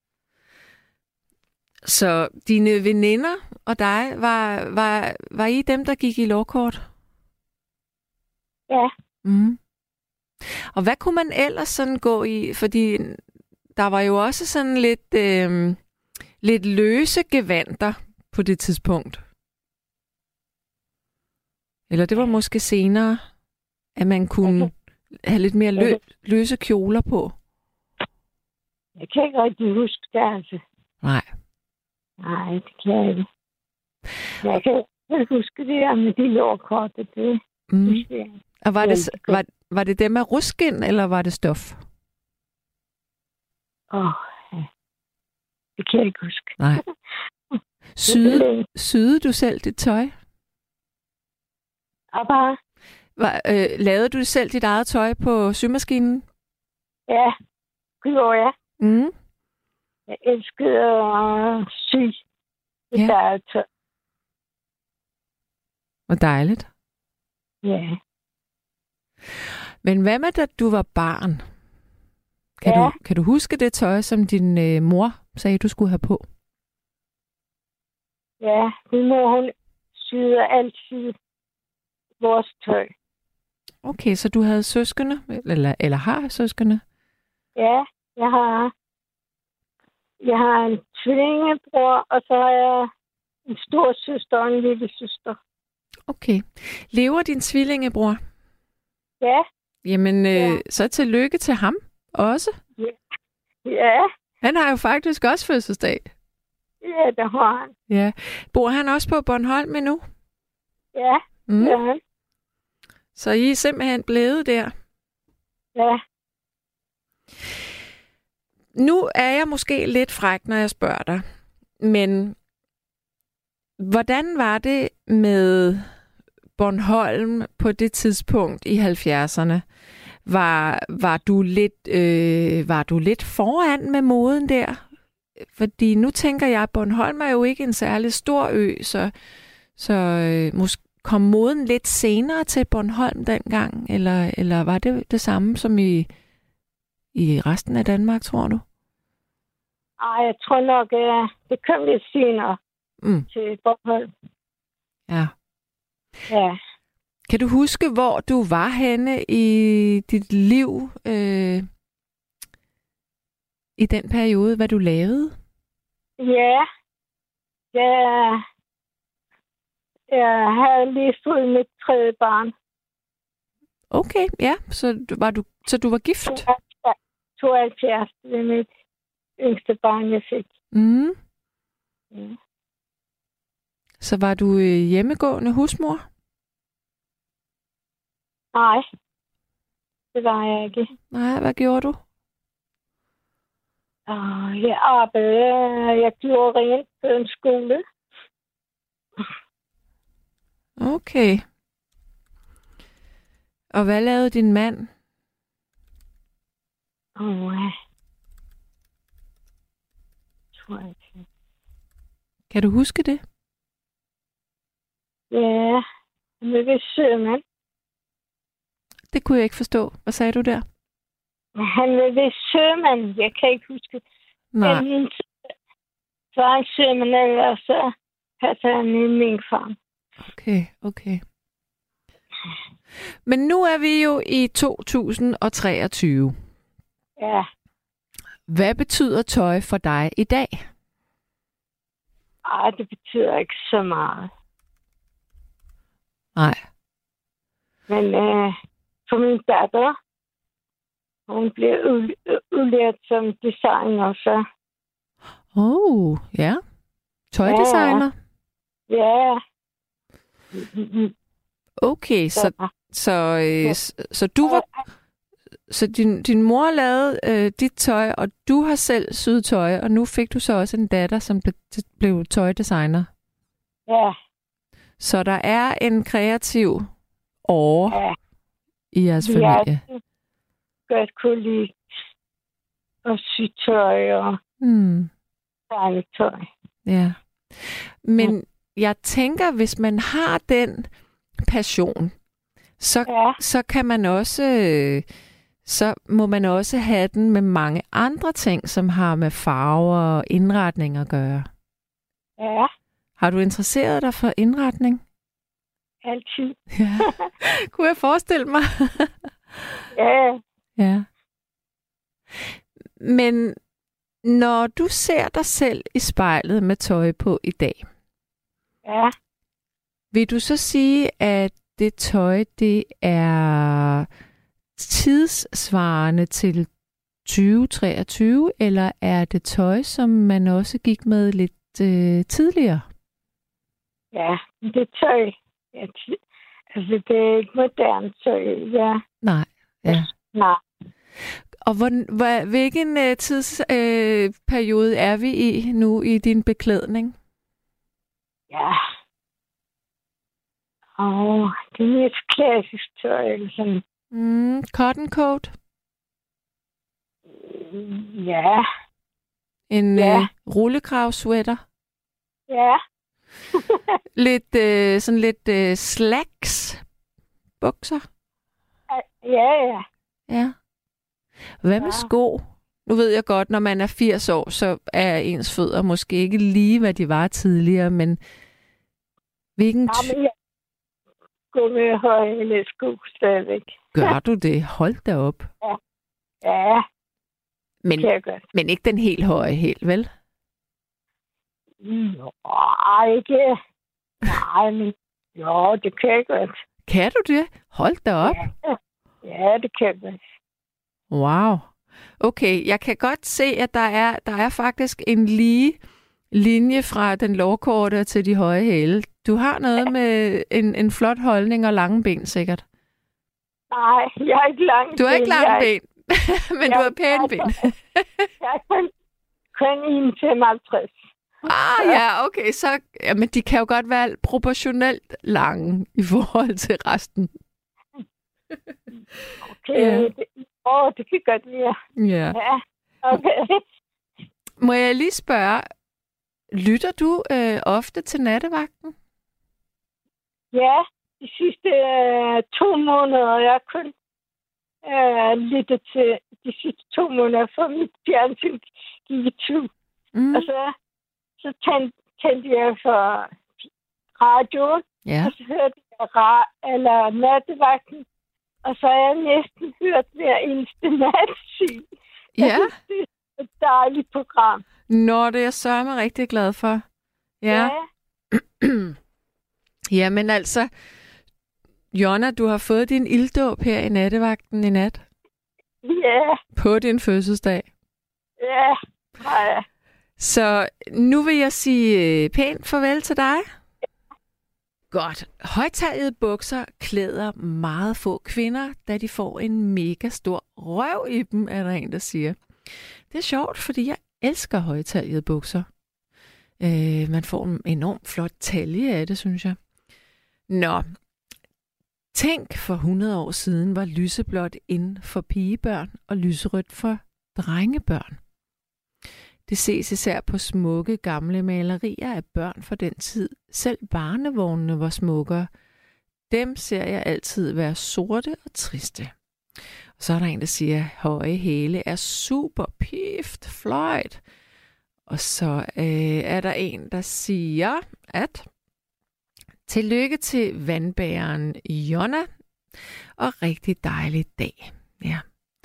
Speaker 3: Så dine veninder og dig, var, var, var I dem, der gik i lovkort?
Speaker 5: Ja.
Speaker 3: Mm. Og hvad kunne man ellers sådan gå i? Fordi der var jo også sådan lidt, øh, lidt løse gevanter på det tidspunkt. Eller det var måske senere, at man kunne have lidt mere lø- løse kjoler på.
Speaker 5: Jeg kan ikke rigtig huske det, altså.
Speaker 3: Nej.
Speaker 5: Nej, det kan jeg ikke. Jeg kan ikke huske det her med de lårkorte, det
Speaker 3: Mm.
Speaker 5: synes jeg.
Speaker 3: Og var det,
Speaker 5: Ja,
Speaker 3: var, var det dem af ruskin, eller var det stof?
Speaker 5: Åh, oh, ja. Det kan jeg ikke huske.
Speaker 3: Nej. Syede, syede du selv dit tøj?
Speaker 5: Og bare,
Speaker 3: Var, øh, lavede du selv dit eget tøj på symaskinen?
Speaker 5: Ja, det gjorde jeg.
Speaker 3: Mm.
Speaker 5: Jeg elskede at sy i
Speaker 3: Ja.
Speaker 5: ja. tøj.
Speaker 3: Hvor dejligt.
Speaker 5: Ja.
Speaker 3: Men hvad med, da du var barn? Kan,
Speaker 5: Ja.
Speaker 3: du, kan du huske det tøj, som din øh, mor sagde, du skulle have på?
Speaker 5: Ja, min mor, hun syede altid vores tøj.
Speaker 3: Okay, så du havde søskende, eller, eller har søskende?
Speaker 5: Ja, jeg har, jeg har en tvillingebror, og så har jeg en stor søster og en lille søster.
Speaker 3: Okay. Lever din tvillingebror?
Speaker 5: Ja,
Speaker 3: Jamen, øh,
Speaker 5: Ja.
Speaker 3: så tillykke til ham også.
Speaker 5: ja,
Speaker 3: Han har jo faktisk også fødselsdag.
Speaker 5: ja, det har han.
Speaker 3: Ja. Bor han også på Bornholm endnu?
Speaker 5: Ja,
Speaker 3: Mm.
Speaker 5: det har han.
Speaker 3: Så I er simpelthen blevet der.
Speaker 5: Ja,
Speaker 3: Nu er jeg måske lidt fræk, når jeg spørger dig. Men hvordan var det med Bornholm på det tidspunkt i halvfjerdserne? Var, var, du lidt, øh, var du lidt foran med moden der? Fordi nu tænker jeg, at Bornholm er jo ikke en særlig stor ø, så, så øh, måske kom moden lidt senere til Bornholm dengang? Eller, eller var det det samme som i, i resten af Danmark, tror du?
Speaker 5: ej, jeg tror nok, at det kom lidt senere
Speaker 3: Mm.
Speaker 5: til Bornholm.
Speaker 3: Ja.
Speaker 5: Ja.
Speaker 3: Kan du huske, hvor du var henne i dit liv øh, i den periode, hvad du lavede?
Speaker 5: Ja, jeg, jeg havde lige fået mit tredje barn.
Speaker 3: Okay, ja. Så du var, du, så du var gift?
Speaker 5: tooghalvfjerds ved mit yngste barn, jeg fik.
Speaker 3: Mm.
Speaker 5: Ja.
Speaker 3: Så var du øh, hjemmegående husmor?
Speaker 5: Nej, det var jeg ikke.
Speaker 3: Nej, hvad gjorde du?
Speaker 5: Uh, jeg arbejdede, jeg gjorde rent på en skole.
Speaker 3: Okay. Og hvad lavede din mand?
Speaker 5: Oh, ja. Tror jeg ikke.
Speaker 3: Kan du huske det?
Speaker 5: Ja, han vil være sømand.
Speaker 3: Det kunne jeg ikke forstå. Hvad sagde du der?
Speaker 5: Han vil være sømand. Jeg kan ikke huske.
Speaker 3: Nej.
Speaker 5: Enten så er han sømand, eller så passer han i min farm.
Speaker 3: Okay, okay. Men nu er vi jo i to tusind treogtyve.
Speaker 5: Ja.
Speaker 3: Hvad betyder tøj for dig i dag?
Speaker 5: Ej, det betyder ikke så meget.
Speaker 3: Nej.
Speaker 5: Men øh, for min datter, hun bliver udlært som designer, så
Speaker 3: Oh, ja. Tøjdesigner.
Speaker 5: ja.
Speaker 3: Okay, så så øh, så, så du var så din din mor lavede øh, dit tøj, og du har selv syet tøj, og nu fik du så også en datter, som ble, blev tøjdesigner.
Speaker 5: Ja,
Speaker 3: Så der er en kreativ åre
Speaker 5: ja.
Speaker 3: i jeres
Speaker 5: Vi
Speaker 3: familie.
Speaker 5: har godt kunne lide at sy tøj og
Speaker 3: Hmm.
Speaker 5: tegne tøj.
Speaker 3: Ja. Men jeg tænker, hvis man har den passion, så,
Speaker 5: Ja.
Speaker 3: så kan man også, øh, så må man også have den med mange andre ting, som har med farver og indretning at gøre.
Speaker 5: Ja,
Speaker 3: Har du interesseret dig for indretning?
Speaker 5: altid.
Speaker 3: Ja. Kunne jeg forestille mig?
Speaker 5: Ja,
Speaker 3: Ja. Men når du ser dig selv i spejlet med tøj på i dag,
Speaker 5: ja.
Speaker 3: vil du så sige, at det tøj, det er tidssvarende til tyve treogtyve, eller er det tøj, som man også gik med lidt øh, tidligere?
Speaker 5: Ja, det tøj. Ja, t- altså, det er ikke moderne tøj. Ja,
Speaker 3: Nej. Ja.
Speaker 5: nej.
Speaker 3: Og hvor, hvor, hvilken øh, tidsperiode øh, periode er vi i nu i din beklædning?
Speaker 5: Ja. Åh, det er mest klassisk tøj, eller sådan.
Speaker 3: Mm, cotton coat.
Speaker 5: Ja,
Speaker 3: En
Speaker 5: Ja.
Speaker 3: øh, rullekravsweater.
Speaker 5: ja.
Speaker 3: Lidt, øh, sådan lidt øh, slacks bukser.
Speaker 5: Ja, ja.
Speaker 3: Ja. Hvad med
Speaker 5: Ja.
Speaker 3: sko? Nu ved jeg godt, når man er firs år, så er ens fødder måske ikke lige, hvad de var tidligere, men hvilken
Speaker 5: Ja,
Speaker 3: ty-
Speaker 5: men jeg går med høje sko stadigvæk.
Speaker 3: gør du det? Hold da op.
Speaker 5: Ja,
Speaker 3: Men,
Speaker 5: kan jeg godt.
Speaker 3: men ikke den helt høje hæl, vel?
Speaker 5: Nå, ikke. Nej, men jo, det kan jeg godt.
Speaker 3: Kan du det? Hold da op.
Speaker 5: Ja, ja det kan jeg godt.
Speaker 3: Wow. Okay, jeg kan godt se, at der er, der er faktisk en lige linje fra den lovkorte til de høje hæle. Du har noget med en, en flot holdning og lange ben, sikkert.
Speaker 5: Nej, jeg er ikke langt.
Speaker 3: Du har ikke lange
Speaker 5: jeg,
Speaker 3: ben, men du har pæne ben.
Speaker 5: Jeg er kun, kun en komma femoghalvtreds.
Speaker 3: Ah ja, okay, så ja, men de kan jo godt være proportionelt lange i forhold til resten.
Speaker 5: Okay,
Speaker 3: Ja.
Speaker 5: det, åh, det kan godt være.
Speaker 3: Ja.
Speaker 5: Ja, okay.
Speaker 3: Må jeg lige spørge, lytter du øh, ofte til nattevagten?
Speaker 5: Ja, de sidste øh, to måneder, jeg har kun øh, lyttet til de sidste to måneder, for mit fjernsyn gik i tur.
Speaker 3: Mm.
Speaker 5: Og så, så tændte, tændte jeg for radioen,
Speaker 3: Ja.
Speaker 5: og så hørte jeg ra- eller nattevagten, og så har jeg næsten hørt hver eneste nat sige.
Speaker 3: Ja.
Speaker 5: Det er et dejligt program.
Speaker 3: Nå, det er jeg sørme rigtig glad for. Ja. Jamen altså, Jonna, du har fået din ilddåb her i nattevagten i nat.
Speaker 5: Ja,
Speaker 3: På din fødselsdag.
Speaker 5: ja, ja.
Speaker 3: Så nu vil jeg sige øh, pænt farvel til dig. Godt. Højtaljede bukser klæder meget få kvinder, da de får en mega stor røv i dem, er der en, der siger. Det er sjovt, fordi jeg elsker højtaljede bukser. Øh, man får en enormt flot talje af det, synes jeg. Nå. Tænk, for hundrede år siden var lyseblåt inden for pigebørn og lyserødt for drengebørn. Det ses især på smukke gamle malerier af børn fra den tid. Selv barnevognene var smukkere. Dem ser jeg altid være sorte og triste. Og så er der en, der siger, at høje hæle er super pift, fløjt. Og så øh, er der en, der siger, at tillykke til vandbæreren Jonna, og rigtig dejlig dag. Ja.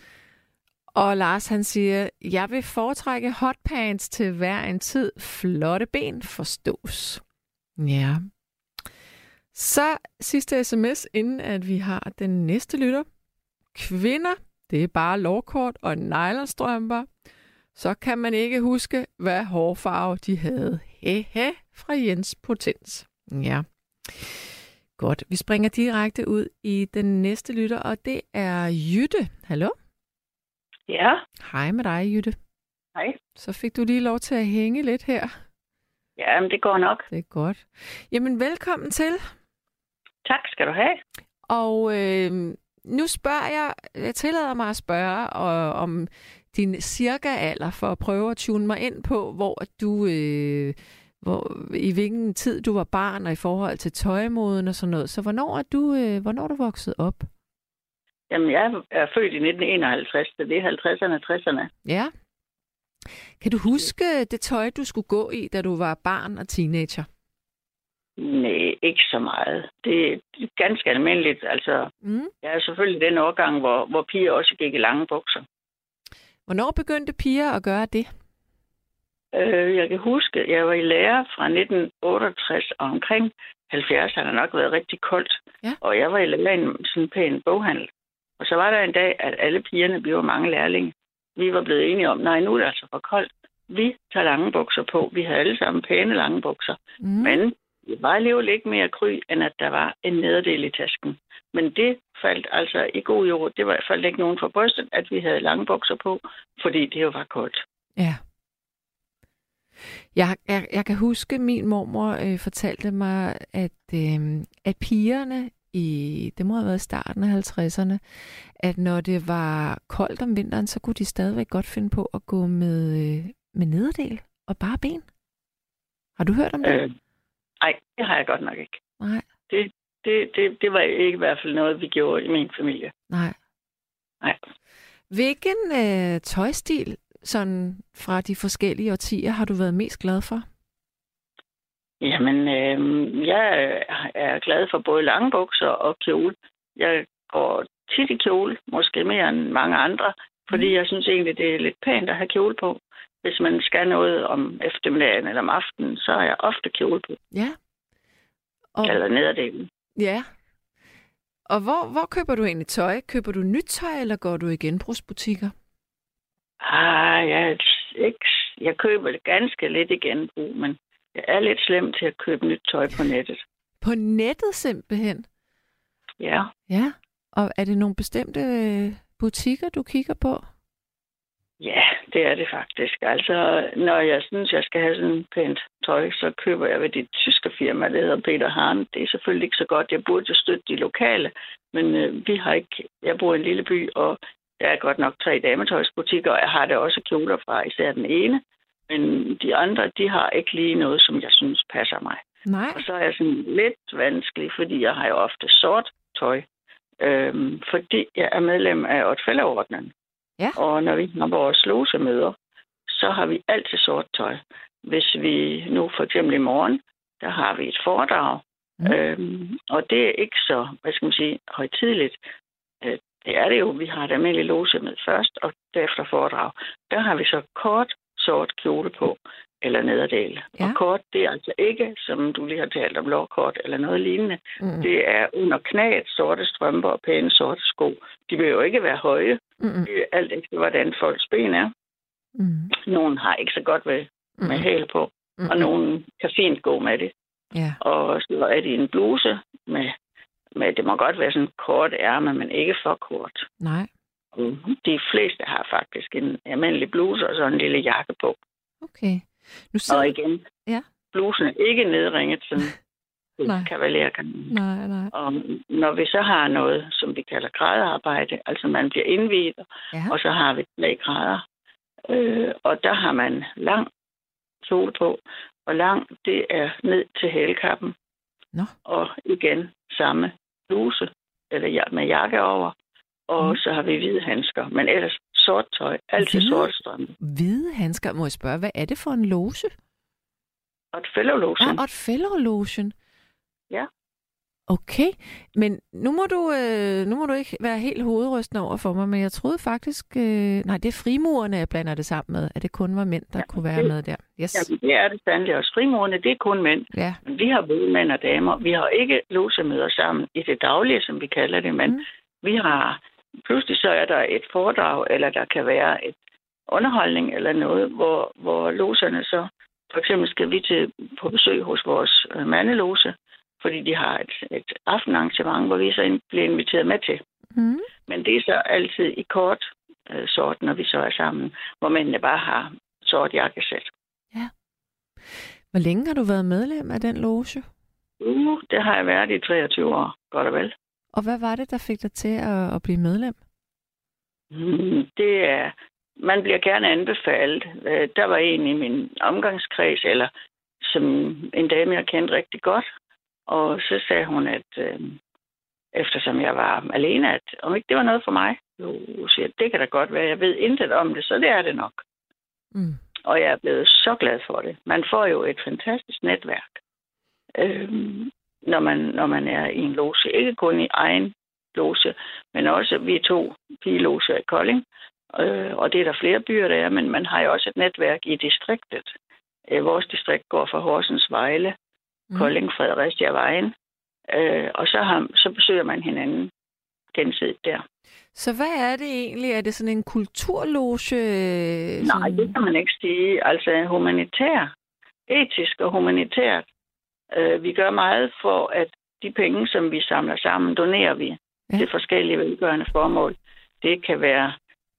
Speaker 3: Og Lars, han siger, jeg vil foretrække hotpants til hver en tid. Flotte ben forstås. Ja. Så sidste sms, inden at vi har den næste lytter. Kvinder, det er bare lårkort og nylonstrømper. Så kan man ikke huske, hvad hårfarve de havde. Hehe, fra Jens Potens. Ja. Godt, vi springer direkte ud i den næste lytter, og det er Jytte. Hallo?
Speaker 6: Ja,
Speaker 3: Hej med dig, Jytte.
Speaker 6: hej.
Speaker 3: Så fik du lige lov til at hænge lidt her.
Speaker 6: Ja, men det går nok.
Speaker 3: Det er godt. Jamen, velkommen til.
Speaker 6: Tak skal du have.
Speaker 3: Og øh, nu spørger jeg, jeg tillader mig at spørge og, om din cirka alder, for at prøve at tune mig ind på, hvor du, øh, hvor, i hvilken tid du var barn, og i forhold til tøjmoden og sådan noget. Så hvornår er du, øh, hvornår er du vokset op?
Speaker 6: Jamen, jeg er født i nitten enoghalvtreds, så det er halvtredserne og tresserne.
Speaker 3: Ja. Kan du huske det tøj, du skulle gå i, da du var barn og teenager?
Speaker 6: Nej, ikke så meget. Det, det er ganske almindeligt. Altså,
Speaker 3: Mm.
Speaker 6: jeg er selvfølgelig den årgang, hvor, hvor piger også gik i lange bukser.
Speaker 3: Hvornår begyndte piger at gøre det?
Speaker 6: Øh, jeg kan huske, jeg var i lære fra nitten otteogtres, og omkring halvfjerds har det nok været rigtig koldt.
Speaker 3: Ja.
Speaker 6: Og jeg var i lære i en sådan pæn boghandel. Og så var der en dag, at alle pigerne, vi var mange lærlinge, vi var blevet enige om, nej, nu er det altså for koldt. Vi tager lange bukser på. Vi havde alle sammen pæne lange bukser.
Speaker 3: Mm.
Speaker 6: Men det var alligevel ikke mere kry, end at der var en nederdel i tasken. Men det faldt altså i god jord. Det var i hvert fald ikke nogen for brystet, at vi havde lange bukser på, fordi det jo var koldt.
Speaker 3: Ja. Jeg, jeg, jeg kan huske, at min mormor øh, fortalte mig, at, øh, at pigerne i, det må have været starten af halvtredserne, at når det var koldt om vinteren, så kunne de stadigvæk godt finde på at gå med, øh, med nederdel og bare ben. Har du hørt om det?
Speaker 6: Nej, øh, det har jeg godt nok ikke.
Speaker 3: Nej.
Speaker 6: Det, det, det, det var ikke i hvert fald noget, vi gjorde i min familie.
Speaker 3: Nej.
Speaker 6: Nej.
Speaker 3: Hvilken øh, tøjstil sådan fra de forskellige årtier har du været mest glad for?
Speaker 6: Jamen, øh, jeg er glad for både lange bukser og kjole. Jeg går tit i kjole, måske mere end mange andre, fordi mm. jeg synes egentlig, det er lidt pænt at have kjole på. Hvis man skal noget om eftermiddagen eller om aftenen, så har jeg ofte kjole på.
Speaker 3: Ja. Og...
Speaker 6: Eller nederdelen.
Speaker 3: Ja. Og hvor, hvor køber du egentlig tøj? Køber du nyt tøj, eller går du i genbrugsbutikker?
Speaker 6: Ah, jeg, ikke, jeg køber det ganske lidt i genbrug, men jeg er lidt slem til at købe nyt tøj på nettet.
Speaker 3: På nettet simpelthen?
Speaker 6: Ja.
Speaker 3: Ja. Og er det nogle bestemte butikker, du kigger på?
Speaker 6: Ja, det er det faktisk. Altså, når jeg synes, jeg skal have sådan pænt tøj, så køber jeg ved det tyske firma, der hedder Peter Hahn. Det er selvfølgelig ikke så godt. Jeg burde jo støtte de lokale, men øh, vi har ikke... Jeg bor i en lille by, og der er godt nok tre dametøjsbutikker, og jeg har da også kjoler fra, især den ene. Men de andre, de har ikke lige noget, som jeg synes passer mig.
Speaker 3: Nej.
Speaker 6: Og så er jeg sådan lidt vanskelig, fordi jeg har jo ofte sort tøj. Øhm, fordi jeg er medlem af Oddfellow-ordenen.
Speaker 3: Ja.
Speaker 6: Og når vi har vores logemøder, så har vi altid sort tøj. Hvis vi nu for eksempel i morgen, der har vi et foredrag. Mm. Øhm, og det er ikke så, hvad skal man sige, højtideligt. Øh, det er det jo. Vi har et almindeligt logemøde først, og derefter foredrag. Der har vi så kort sort kjole på, eller nederdel. Ja. Og kort, det er altså ikke, som du lige har talt om, lårkort eller noget lignende. Mm. Det er under knæet sorte strømper og pæne sorte sko. De vil jo ikke være høje. Mm. Det er alt efter, hvordan folks ben er. Mm. Nogle har ikke så godt ved, med mm. hæl på, mm. og nogle kan fint gå med det. Ja. Og så er de en bluse med, med, det må godt være sådan kort ærme, men ikke for kort.
Speaker 3: Nej.
Speaker 6: De fleste har faktisk en almindelig bluse og så en lille jakke på.
Speaker 3: Okay. Nu sidder...
Speaker 6: Og igen,
Speaker 3: ja.
Speaker 6: Blusen er ikke nedringet som kavalerkanonen.
Speaker 3: Nej, nej.
Speaker 6: Og når vi så har noget, som vi kalder gradearbejde, altså man bliver indviet, ja. Og så har vi tre grader. Øh, og der har man lang kjole på, og lang, det er ned til hælkappen.
Speaker 3: Nå.
Speaker 6: Og igen, samme bluse, eller med jakke over. Og mm. så har vi hvide handsker, men ellers sort tøj, altid hvide, sorte strømpe.
Speaker 3: Hvide handsker, må jeg spørge, hvad er det for en loge?
Speaker 6: Oddfellow-logen.
Speaker 3: Ah, Oddfellow-logen.
Speaker 6: Ja.
Speaker 3: Okay, men nu må du øh, nu må du ikke være helt hovedrystende over for mig, men jeg troede faktisk, øh, nej, det er frimurerne, jeg blander det sammen med, at det kun var mænd, der ja, kunne være det, med der. Yes.
Speaker 6: Ja, det er det sandelig også. Frimurerne, det er kun mænd.
Speaker 3: Ja.
Speaker 6: Men vi har både mænd og damer. Vi har ikke logemøder sammen i det daglige, som vi kalder det, men mm. vi har, pludselig så er der et foredrag, eller der kan være et underholdning eller noget, hvor, hvor logerne så, for eksempel skal vi til på besøg hos vores øh, mandeloge, fordi de har et, et aftenarrangement, hvor vi så bliver inviteret med til. Mm. Men det er så altid i kort øh, sort, når vi så er sammen, hvor mændene bare har sort jakkesæt.
Speaker 3: Ja. Hvor længe har du været medlem af den loge?
Speaker 6: Uh, det har jeg været i treogtyve år, godt og vel.
Speaker 3: Og hvad var det, der fik dig til at, at blive medlem?
Speaker 6: Mm, det er, man bliver gerne anbefalet. Der var en i min omgangskreds, eller som en dame, jeg kendte rigtig godt. Og så sagde hun, at øh, eftersom jeg var alene, at om ikke det var noget for mig, jo, siger, det kan da godt være, jeg ved intet om det, så det er det nok. Mm. Og jeg er blevet så glad for det. Man får jo et fantastisk netværk, øh, når, man, når man er i en loge. Ikke kun i egen loge, men også vi to pigeloger i Kolding. Øh, og det er der flere byer, der er, men man har jo også et netværk i distriktet. Øh, vores distrikt går fra Horsens, Vejle, Mm. Kolding, Fredericia, Vejen. Øh, og så, har, så besøger man hinanden gensidigt der.
Speaker 3: Så hvad er det egentlig? Er det sådan en kulturloge? Sådan...
Speaker 6: Nej, det kan man ikke sige. Altså humanitær, etisk og humanitært. Øh, vi gør meget for, at de penge, som vi samler sammen, donerer vi ja. til forskellige velgørende formål. Det kan være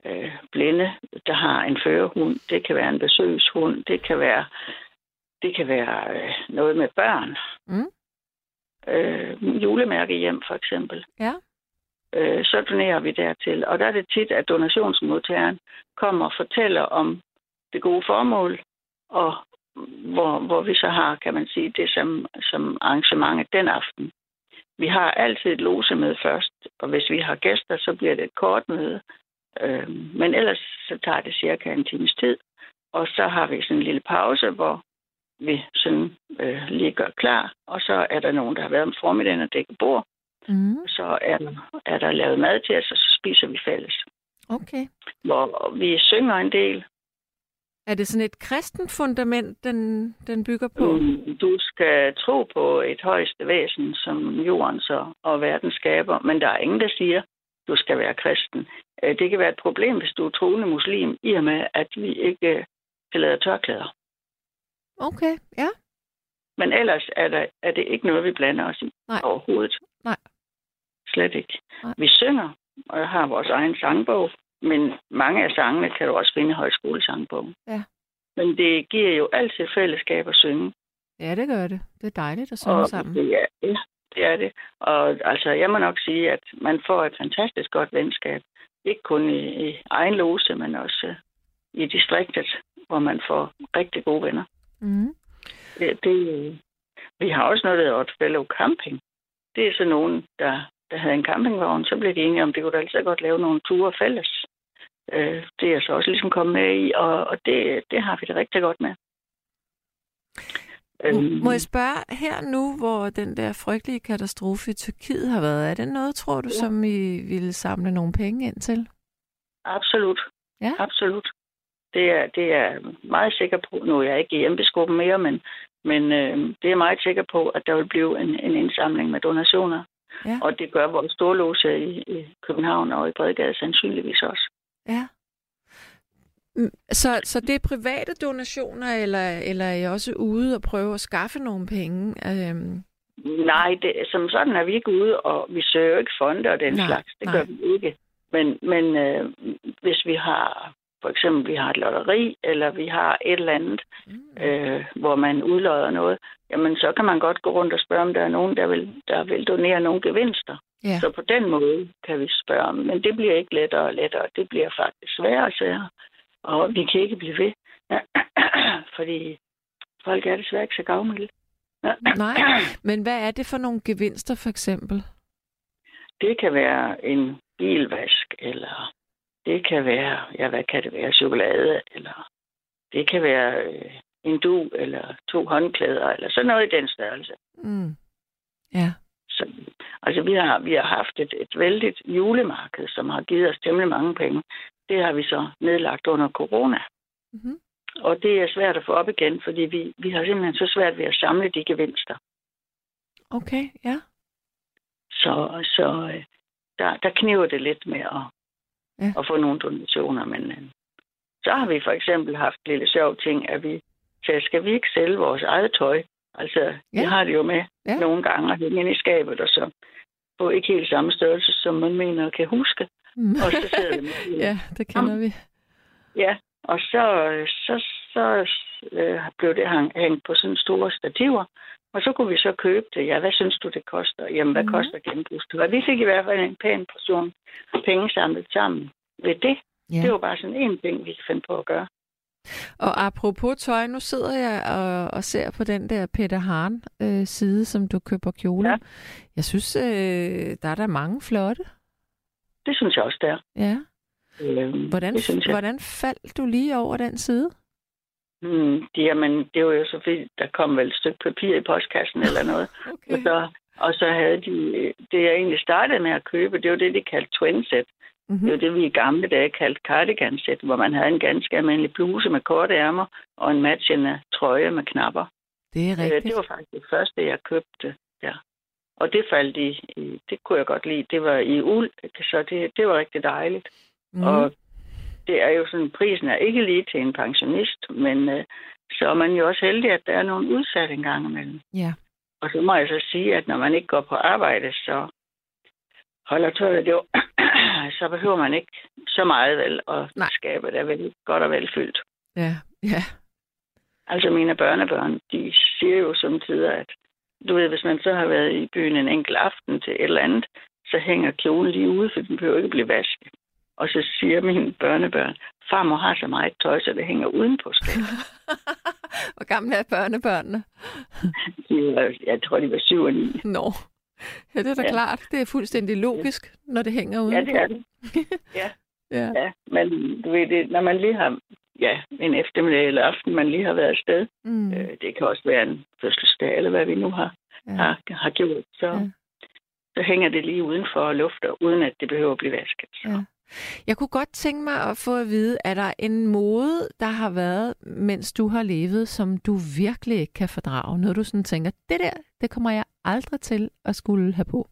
Speaker 6: øh, blinde, der har en førerhund. Det kan være en besøgshund. Det kan være, det kan være øh, noget med børn.
Speaker 3: Mm.
Speaker 6: Øh, julemærkehjem for eksempel.
Speaker 3: Ja.
Speaker 6: Øh, så donerer vi dertil. Og der er det tit, at donationsmodtageren kommer og fortæller om det gode formål, og hvor, hvor vi så har, kan man sige, det som, som arrangementet den aften. Vi har altid et logemøde først, og hvis vi har gæster, så bliver det et kort møde. Øh, men ellers så tager det cirka en times tid, og så har vi sådan en lille pause, hvor vi sådan øh, lige gør klar, og så er der nogen, der har været om formiddagen og dækket bord.
Speaker 3: Mm.
Speaker 6: Så er der, er der lavet mad til os, og så spiser vi fælles.
Speaker 3: Okay.
Speaker 6: Hvor vi synger en del.
Speaker 3: Er det sådan et kristen fundament, den, den bygger på?
Speaker 6: Du skal tro på et højeste væsen, som jordens og, og verdens skaber, men der er ingen, der siger, du skal være kristen. Det kan være et problem, hvis du er troende muslim, i og med, at vi ikke tillader tørklæder.
Speaker 3: Okay, ja.
Speaker 6: Men ellers er, der, er det ikke noget, vi blander os i.
Speaker 3: Nej.
Speaker 6: Overhovedet.
Speaker 3: Nej.
Speaker 6: Slet ikke.
Speaker 3: Nej.
Speaker 6: Vi synger, og har vores egen sangbog, men mange af sangene kan du også finde i højskolesangbogen.
Speaker 3: Ja.
Speaker 6: Men det giver jo altid fællesskab at synge.
Speaker 3: Ja, det gør det. Det er dejligt at synge
Speaker 6: og
Speaker 3: sammen.
Speaker 6: Det er, ja, det er det. Og altså, jeg må nok sige, at man får et fantastisk godt venskab. Ikke kun i, i egen loge, men også uh, i distriktet, hvor man får rigtig gode venner.
Speaker 3: Mm.
Speaker 6: Det, det, vi har også noget, der hedder et fellow camping. Det er så nogen, der, der havde en campingvogn, så blev de enige om, det kunne da altid godt lave nogle ture fælles. Øh, det er så også ligesom kommet med i, og, og det, det har vi det rigtig godt med.
Speaker 3: Må jeg spørge, her nu, hvor den der frygtelige katastrofe i Tyrkiet har været, er det noget, tror du, ja. som I ville samle nogle penge ind til?
Speaker 6: Absolut.
Speaker 3: Ja?
Speaker 6: Absolut. Det er, det er jeg meget sikker på. Nu er jeg ikke i embedsgruppen mere, men, men øh, det er jeg meget sikker på, at der vil blive en, en indsamling med donationer.
Speaker 3: Ja.
Speaker 6: Og det gør vores storloge i, i København og i Bredgade sandsynligvis også.
Speaker 3: Ja. Så, så det er private donationer, eller, eller er I også ude og prøve at skaffe nogle penge? Øhm.
Speaker 6: Nej, det, som sådan er vi ikke ude, og vi søger jo ikke fonde og den nej, slags. Det nej. gør vi ikke. Men, men øh, hvis vi har, for eksempel vi har et lotteri, eller vi har et eller andet, mm. øh, hvor man udlodder noget, jamen så kan man godt gå rundt og spørge, om der er nogen, der vil, der vil donere nogle gevinster. Ja. Så på den måde kan vi spørge, men det bliver ikke lettere og lettere. Det bliver faktisk sværere og sværere. Og vi kan ikke blive ved, fordi folk er desværre ikke så gavmilde.
Speaker 3: Nej, men hvad er det for nogle gevinster for eksempel?
Speaker 6: Det kan være en bilvask, eller det kan være, ja, hvad kan det være, chokolade, eller det kan være øh, en du, eller to håndklæder, eller sådan noget i den størrelse.
Speaker 3: Mm. Ja.
Speaker 6: Så, altså, vi har, vi har haft et, et vældigt julemarked, som har givet os temmelig mange penge. Det har vi så nedlagt under corona. Mm-hmm. Og det er svært at få op igen, fordi vi, vi har simpelthen så svært ved at samle de gevinster.
Speaker 3: Okay, ja.
Speaker 6: Så, så der, der kniver det lidt med at,
Speaker 3: ja.
Speaker 6: at få nogle donationer. Men så har vi for eksempel haft en lille sjov ting, at vi sagde, skal vi ikke sælge vores eget tøj? Altså, ja. vi har det jo med ja. nogle gange at hænge ind i skabet, og så på ikke helt samme størrelse, som man mener kan huske. Mm. Og så sidder det med.
Speaker 3: Ja, det kender vi.
Speaker 6: Ja, og så, så, så øh, blev det hang, hængt på sådan store stativer, og så kunne vi så købe det. Ja, hvad synes du, det koster? Jamen, hvad mm. koster genbrugstøj? Vi fik i hvert fald en pæn portion penge samlet sammen ved det. Ja. Det var bare sådan en ting, vi kan finde på at gøre.
Speaker 3: Og apropos tøj, nu sidder jeg og, og ser på den der Peter Hahn øh, side, som du køber kjoler. Ja. Jeg synes, øh, der er der mange flotte.
Speaker 6: Det synes jeg også, der.
Speaker 3: Ja. Øhm, hvordan, hvordan faldt du lige over den side?
Speaker 6: Hmm, jamen, det var jo så fordi, der kom vel et stykke papir i postkassen eller noget. Okay. Og, så, og så havde de, det jeg egentlig startede med at købe, det var det, de kaldte twin set. Mm-hmm. Det var det, vi i gamle dage kaldte cardigan set, hvor man havde en ganske almindelig bluse med korte ærmer og en matchende trøje med knapper.
Speaker 3: Det er rigtigt.
Speaker 6: Det var faktisk det første, jeg købte der. Og det faldt i, i, det kunne jeg godt lide. Det var i uld, så det, det var rigtig dejligt. Mm. Og det er jo sådan, prisen er ikke lige til en pensionist, men øh, så er man jo også heldig, at der er nogle udsat en gang imellem.
Speaker 3: Ja.
Speaker 6: Og så må jeg så sige, at når man ikke går på arbejde, så holder tøjet jo Nej, så behøver man ikke så meget vel, og
Speaker 3: Nej.
Speaker 6: skabet er vel godt og velfyldt.
Speaker 3: Ja, ja.
Speaker 6: Altså mine børnebørn, de siger jo samtidig, at du ved, hvis man så har været i byen en enkelt aften til et eller andet, så hænger kjolen lige ude, for den behøver ikke blive vasket. Og så siger mine børnebørn, farmor har så meget tøj, så det hænger uden på skabet.
Speaker 3: Hvor gamle er børnebørnene?
Speaker 6: De var, jeg tror, de var syv og ni.
Speaker 3: Nå. Ja, det er da ja. klart. Det er fuldstændig logisk, når det hænger udenpå.
Speaker 6: Ja, det er det. Ja.
Speaker 3: ja.
Speaker 6: ja. Men du ved, det, når man lige har ja, en eftermiddag eller aften, man lige har været afsted, mm. øh, det kan også være en fødselsdag, eller hvad vi nu har, ja. har, har gjort, så, ja. så hænger det lige udenfor og lufter, uden at det behøver at blive vasket. Så.
Speaker 3: Ja. Jeg kunne godt tænke mig at få at vide, er der en mode, der har været, mens du har levet, som du virkelig ikke kan fordrage? Noget du sådan tænker, det der, det kommer jeg aldrig til at skulle have på.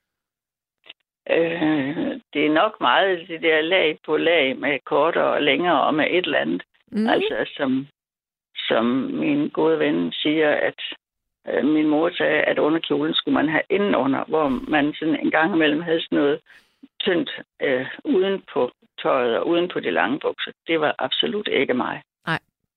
Speaker 6: Øh, det er nok meget det der lag på lag med kortere og længere og med et eller andet. Mm. Altså som, som min gode ven siger, at øh, min mor sagde, at under kjolen skulle man have indenunder, hvor man sådan en gang imellem havde sådan noget tyndt øh, uden på tøjet og uden på de lange bukser. Det var absolut ikke mig.
Speaker 3: Nej.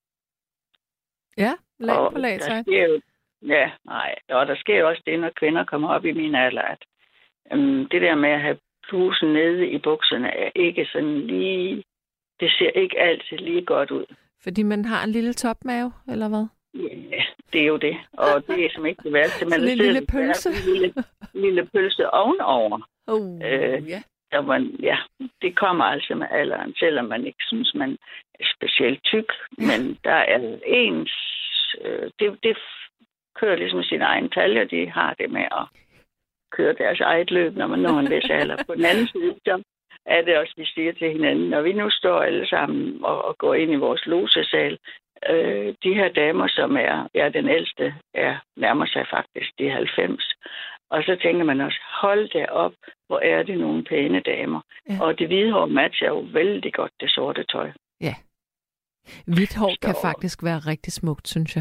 Speaker 3: Ja, lag på lag, tak.
Speaker 6: Ja, nej. Og der sker også det, når kvinder kommer op i min alder, at um, det der med at have blusen nede i bukserne er ikke sådan lige... Det ser ikke altid lige godt ud.
Speaker 3: Fordi man har en lille topmave, eller hvad?
Speaker 6: Ja, det er jo det. Og det er som ikke det værste. Man
Speaker 3: sådan en lille pølse?
Speaker 6: En lille, lille pølse ovenover.
Speaker 3: Oh,
Speaker 6: øh,
Speaker 3: ja.
Speaker 6: Så man, ja, det kommer altså med alderen, selvom man ikke synes, man er specielt tyk. Men der er ens... Øh, det, det kører ligesom sin egen talje, de har det med at køre deres eget løb, når man når en vis alder. På den anden side, så er det også, vi siger til hinanden, når vi nu står alle sammen og, og går ind i vores logesal, øh, de her damer, som er, ja, den ældste, er, nærmer sig faktisk de halvfems. Og så tænker man også, hold da op, hvor er det nogle pæne damer. Ja. Og det hvide hår matcher jo vældig godt det sorte tøj.
Speaker 3: Ja. Hvidt hår kan faktisk være rigtig smukt, synes jeg.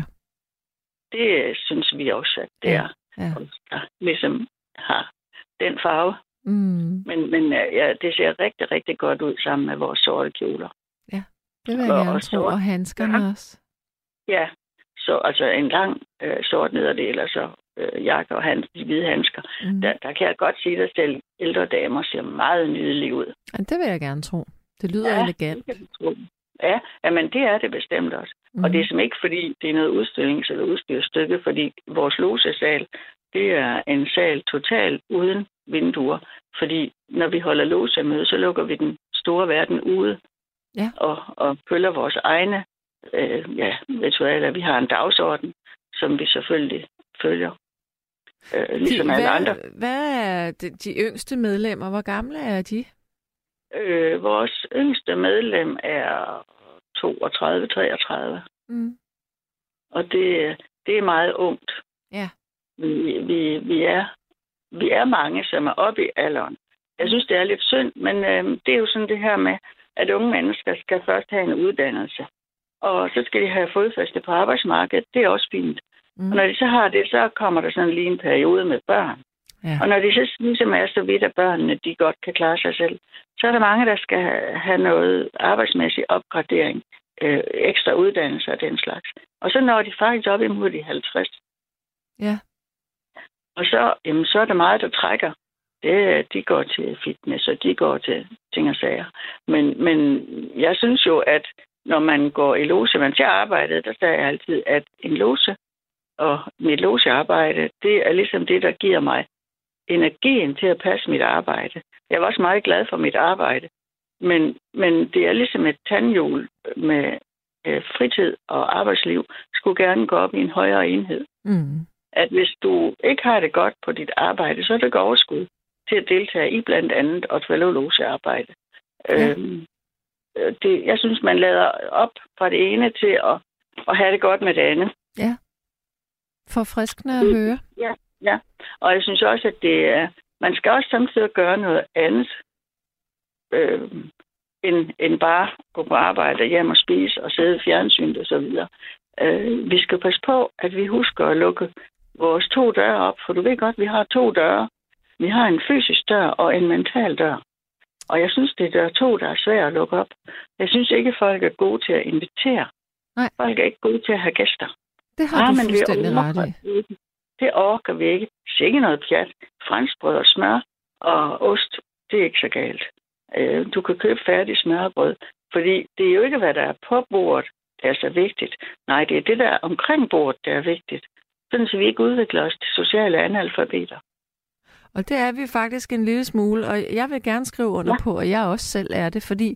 Speaker 6: Det synes vi også, at det
Speaker 3: ja.
Speaker 6: er.
Speaker 3: Ja.
Speaker 6: Der ligesom har den farve.
Speaker 3: Mm.
Speaker 6: Men, men ja, det ser rigtig, rigtig godt ud sammen med vores sorte kjoler.
Speaker 3: Ja, det vil jeg og, gerne tro. Og handskerne ja. også.
Speaker 6: Ja, så altså en lang øh, sort nederdel, altså øh, jakke og hand, de hvide handsker. Mm. Der, der kan jeg godt sige, at selv ældre damer ser meget nydelige ud.
Speaker 3: Ja, det vil jeg gerne tro. Det lyder
Speaker 6: ja,
Speaker 3: elegant.
Speaker 6: Det tro. Ja, ja, men det er det bestemt også. Mm. Og det er simpelthen ikke, fordi det er noget udstillings- eller udstyrsstykke, fordi vores logesal, det er en sal totalt uden vinduer. Fordi når vi holder logemøde, så lukker vi den store verden ude
Speaker 3: ja.
Speaker 6: og, og følger vores egne øh, ja, ritualer. Vi har en dagsorden, som vi selvfølgelig følger, øh, ligesom de, alle
Speaker 3: hvad,
Speaker 6: andre.
Speaker 3: Hvad er de, de yngste medlemmer? Hvor gamle er de?
Speaker 6: Øh, vores yngste medlem er toogtredive treogtredive.
Speaker 3: Mm.
Speaker 6: Og det, det er meget ungt.
Speaker 3: Ja.
Speaker 6: Vi, vi, vi, er, vi er mange, som er oppe i alderen. Jeg synes, det er lidt synd, men øh, det er jo sådan det her med, at unge mennesker skal først have en uddannelse. Og så skal de have fodfæste på arbejdsmarkedet. Det er også fint. Mm. Og når de så har det, så kommer der sådan lige en periode med børn.
Speaker 3: Ja.
Speaker 6: Og når de så ligesom er så vidt, at børnene de godt kan klare sig selv, så er der mange, der skal have noget arbejdsmæssig opgradering, øh, ekstra uddannelse og den slags. Og så når de faktisk op imod de halvtreds.
Speaker 3: Ja.
Speaker 6: Og så, jamen, så er der meget, der trækker. Det, de går til fitness, og de går til ting og sager. Men, men jeg synes jo, at når man går i loge, man til arbejdet, der siger jeg altid, at en loge og mit logearbejde, det er ligesom det, der giver mig energien til at passe mit arbejde. Jeg var også meget glad for mit arbejde, men, men det er ligesom et tandhjul med øh, fritid og arbejdsliv, skulle gerne gå op i en højere enhed.
Speaker 3: Mm.
Speaker 6: At hvis du ikke har det godt på dit arbejde, så er det ikke overskud til at deltage i blandt andet og fellow-logearbejde. Ja. Øhm, det, jeg synes, man lader op fra det ene til at, at have det godt med det andet.
Speaker 3: Ja. Forfriskende at høre.
Speaker 6: Ja, ja. Og jeg synes også, at det er, man skal også samtidig gøre noget andet, øh, end, end bare gå på arbejde, hjem og spise og sidde i fjernsynet og så videre. Øh, vi skal passe på, at vi husker at lukke vores to døre op, for du ved godt, vi har to døre. Vi har en fysisk dør og en mental dør. Og jeg synes, det er dør to, der er svært at lukke op. Jeg synes ikke, at folk er gode til at invitere.
Speaker 3: Nej.
Speaker 6: Folk er ikke gode til at have gæster.
Speaker 3: Det har
Speaker 6: ah,
Speaker 3: du
Speaker 6: men
Speaker 3: fuldstændig ret i.
Speaker 6: Det orker vi ikke. Det er ikke noget pjat. Franskbrød og smør og ost, det er ikke så galt. Du kan købe færdig smørbrød, fordi det er jo ikke, hvad der er på bordet, der er så vigtigt. Nej, det er det, der er omkring bordet, der er vigtigt. Sådan så vi ikke udvikler os til sociale analfabeter.
Speaker 3: Og det er vi faktisk en lille smule, og jeg vil gerne skrive under ja. på, at jeg også selv er det, fordi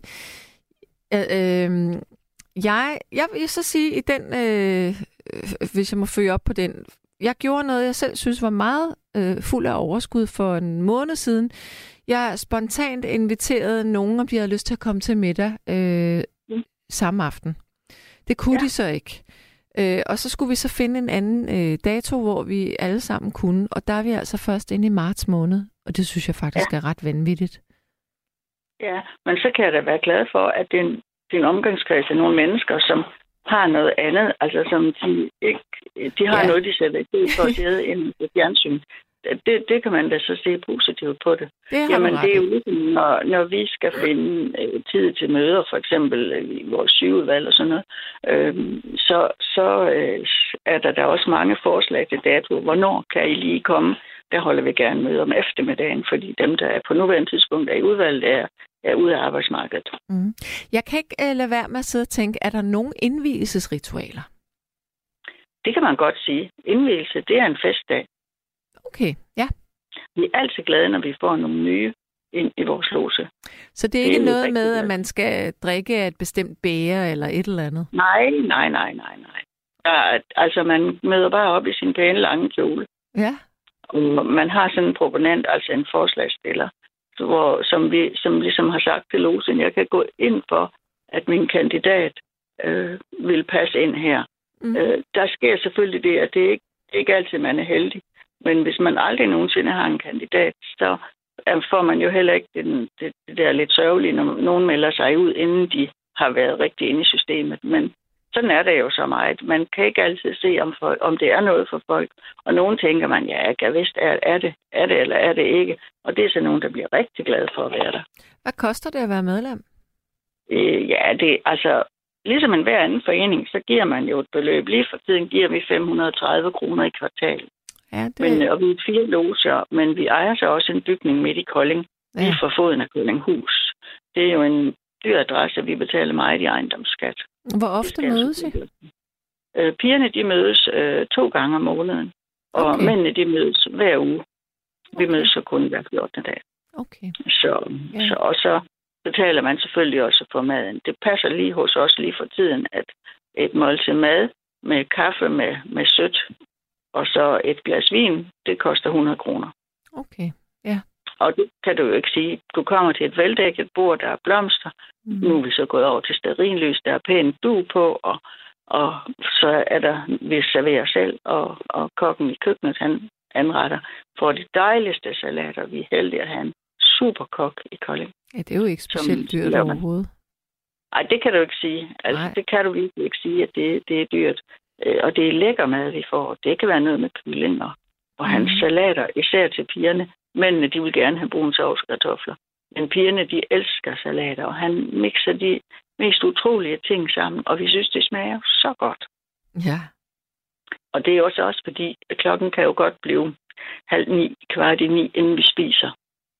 Speaker 3: øh, øh, jeg, jeg vil så sige, i den, øh, hvis jeg må følge op på den, jeg gjorde noget, jeg selv synes var meget øh, fuld af overskud for en måned siden. Jeg spontant inviterede nogen, om de havde lyst til at komme til middag øh, mm. samme aften. Det kunne ja. de så ikke. Øh, og så skulle vi så finde en anden øh, dato, hvor vi alle sammen kunne. Og der er vi altså først inde i marts måned. Og det synes jeg faktisk ja. er ret vanvittigt.
Speaker 6: Ja, men så kan jeg da være glad for, at din, din omgangskreds er nogle mennesker, som har noget andet. Altså som de ikke... De har ja. noget, de sætter ikke for at sidde ind i fjernsyn. Det, det kan man da så se positivt på det.
Speaker 3: det
Speaker 6: Jamen, det er jo ligesom, når, når vi skal finde øh, tid til møder, for eksempel øh, i vores sygeudvalg og sådan noget, øh, så, så øh, er der da også mange forslag til dato. Hvornår kan I lige komme? Der holder vi gerne møde om eftermiddagen, fordi dem, der er på nuværende tidspunkt er i udvalget, er, er ude af arbejdsmarkedet.
Speaker 3: Mm. Jeg kan ikke uh, lade være med at sidde og tænke, er der nogen indvielsesritualer?
Speaker 6: Det kan man godt sige. Indvielse, det er en festdag.
Speaker 3: Okay, ja.
Speaker 6: Vi er altid glade, når vi får nogle nye ind i vores loge.
Speaker 3: Så det er ikke det er noget med, at man skal drikke af et bestemt bæger eller et eller andet?
Speaker 6: Nej, nej, nej, nej, nej. Der, altså, man møder bare op i sin pæne lange kjole.
Speaker 3: Ja.
Speaker 6: Og man har sådan en proponent, altså en forslagsstiller, hvor, som, vi, som ligesom har sagt til logen, jeg kan gå ind for, at min kandidat øh, vil passe ind her. Mm. Øh, der sker selvfølgelig det, at det ikke, ikke altid man er heldig. Men hvis man aldrig nogensinde har en kandidat, så får man jo heller ikke den, det, det der lidt sørgelige, når nogen melder sig ud, inden de har været rigtig inde i systemet. Men sådan er det jo så meget. Man kan ikke altid se, om, for, om det er noget for folk. Og nogen tænker man, ja, jeg kan vidst, er, er, det, er det eller er det ikke? Og det er så nogen, der bliver rigtig glade for at være der.
Speaker 3: Hvad koster det at være medlem?
Speaker 6: Øh, ja, det altså... Ligesom en hver anden forening, så giver man jo et beløb. Lige for tiden giver vi fem hundrede og tredive kroner i kvartal.
Speaker 3: Ja, det...
Speaker 6: men, og vi er fire loger, men vi ejer så også en bygning midt i Kolding, ja. lige for foden af Koldinghus. Det er jo en dyr adresse, vi betaler meget i ejendomsskat.
Speaker 3: Hvor ofte mødes I?
Speaker 6: Øh, pigerne, de mødes øh, to gange om måneden, og okay. mændene, de mødes hver uge. Vi okay. mødes så kun hver fjortende dag.
Speaker 3: Okay.
Speaker 6: Så, ja. så, og så betaler man selvfølgelig også for maden. Det passer lige hos os lige for tiden, at et måltid mad med kaffe med, med sødt, og så et glas vin, det koster hundrede kroner.
Speaker 3: Okay, ja.
Speaker 6: Og det kan du jo ikke sige. Du kommer til et veldækket bord, der er blomster. Mm. Nu er vi så gået over til stearinlys, der er pænt dug på, og, og så er der, vi serverer selv, og, og kokken i køkkenet, han anretter for de dejligste salater. Vi er heldige at have en superkok i Kolding.
Speaker 3: Ja, det er jo ikke specielt dyrt overhovedet.
Speaker 6: Nej, det kan du ikke sige. Altså, det kan du virkelig ikke sige, at det, det er dyrt. Og det er lækker mad, vi får. Det kan være noget med kylling og, og mm. hans salater, især til pigerne. Mændene, de vil gerne have brun sovs og kartofler. Men pigerne, de elsker salater, og han mixer de mest utrolige ting sammen, og vi synes, det smager så godt.
Speaker 3: Ja.
Speaker 6: Og det er også også, fordi klokken kan jo godt blive halv ni, kvart i ni, inden vi spiser.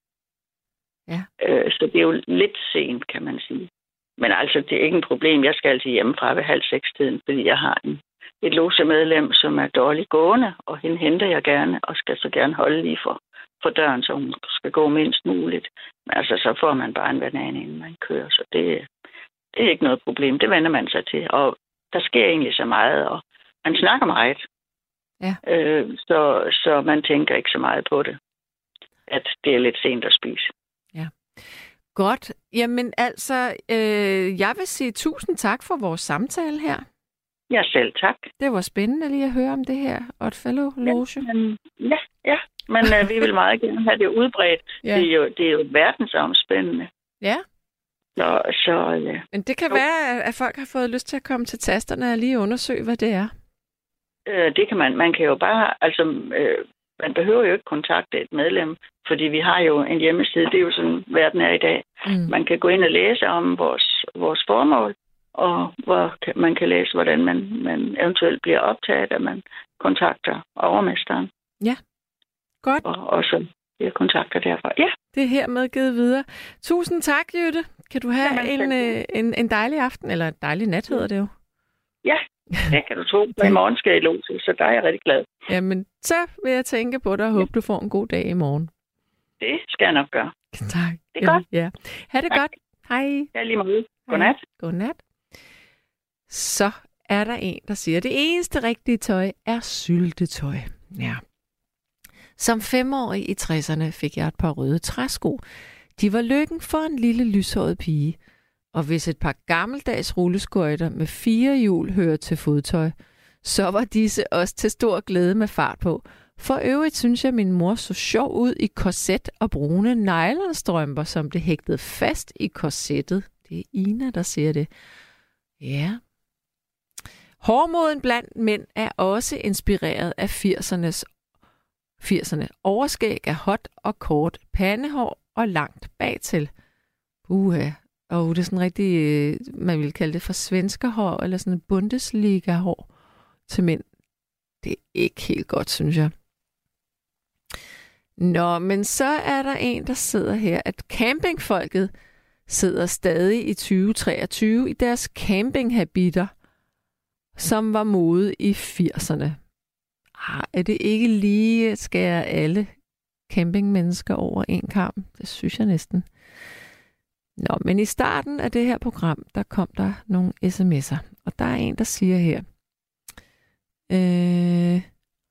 Speaker 3: Ja.
Speaker 6: Øh, så det er jo lidt sent, kan man sige. Men altså, det er ikke en problem. Jeg skal altid hjemmefra ved halv seks tiden, fordi jeg har en, et logemedlem, som er dårligt gående, og hende henter jeg gerne, og skal så gerne holde lige for, for døren, så hun skal gå mindst muligt. Men altså, så får man bare en banan, inden man kører, så det, det er ikke noget problem. Det vender man sig til, og der sker egentlig så meget, og man snakker meget.
Speaker 3: Ja.
Speaker 6: Øh, så, så man tænker ikke så meget på det, at det er lidt sent at spise.
Speaker 3: Ja. Godt. Jamen altså, øh, jeg vil sige tusind tak for vores samtale her.
Speaker 6: Ja, selv tak.
Speaker 3: Det var spændende lige at høre om det her Oddfellow-loge.
Speaker 6: Ja, men, ja, ja, men øh, vi vil meget gerne have det udbredt. Ja. Det, er jo, det er jo verdensomspændende.
Speaker 3: Ja.
Speaker 6: Så, så, ja.
Speaker 3: Men det kan jo være, at folk har fået lyst til at komme til tasterne og lige undersøge, hvad det er.
Speaker 6: Øh, det kan man. Man kan jo bare, altså, øh, man behøver jo ikke kontakte et medlem, fordi vi har jo en hjemmeside, det er jo sådan, verden er i dag. Mm. Man kan gå ind og læse om vores, vores formål, og hvor man kan læse, hvordan man, man eventuelt bliver optaget, at man kontakter overmesteren.
Speaker 3: Ja, godt.
Speaker 6: Og, og så bliver kontakter derfra. Ja.
Speaker 3: Det er hermed givet videre. Tusind tak, Jytte. Kan du have
Speaker 6: Jamen,
Speaker 3: en, øh, en, en dejlig aften, eller en dejlig nat, hedder det jo.
Speaker 6: Ja, det kan du tro. I morgen skal jeg i Lose, så der er jeg rigtig glad.
Speaker 3: Jamen, så vil jeg tænke på dig og håbe, du får en god dag i morgen.
Speaker 6: Det skal jeg nok gøre.
Speaker 3: Tak.
Speaker 6: Det er godt.
Speaker 3: Ja. Ha' det
Speaker 6: tak.
Speaker 3: godt. Hej.
Speaker 6: Ja, lige måde. Godnat.
Speaker 3: Godnat. Så er der en, der siger, at det eneste rigtige tøj er syltetøj. Ja. Som femårig i tresserne fik jeg et par røde træsko. De var lykken for en lille lyshåret pige. Og hvis et par gammeldags rulleskøjter med fire hjul hører til fodtøj, så var disse også til stor glæde med fart på. For øvrigt synes jeg, at min mor så sjov ud i korset og brune nylonstrømper, som blev hægtet fast i korsettet. Det er Ina, der siger det. Ja. Hårmoden blandt mænd er også inspireret af firsernes firserne. Overskæg er hot og kort, pandehår og langt bagtil. Uha. Og det er sådan rigtig, man vil kalde det for svenskerhår, eller sådan en Bundesliga-hår til mænd. Det er ikke helt godt, synes jeg. Nå, men så er der en, der sidder her, at campingfolket sidder stadig i tyve treogtyve i deres campinghabiter, som var mode i firserne. Ah, er det ikke lige at skære alle campingmennesker over en kam? Det synes jeg næsten. Nå, men i starten af det her program, der kom der nogle sms'er. Og der er en, der siger her. Øh,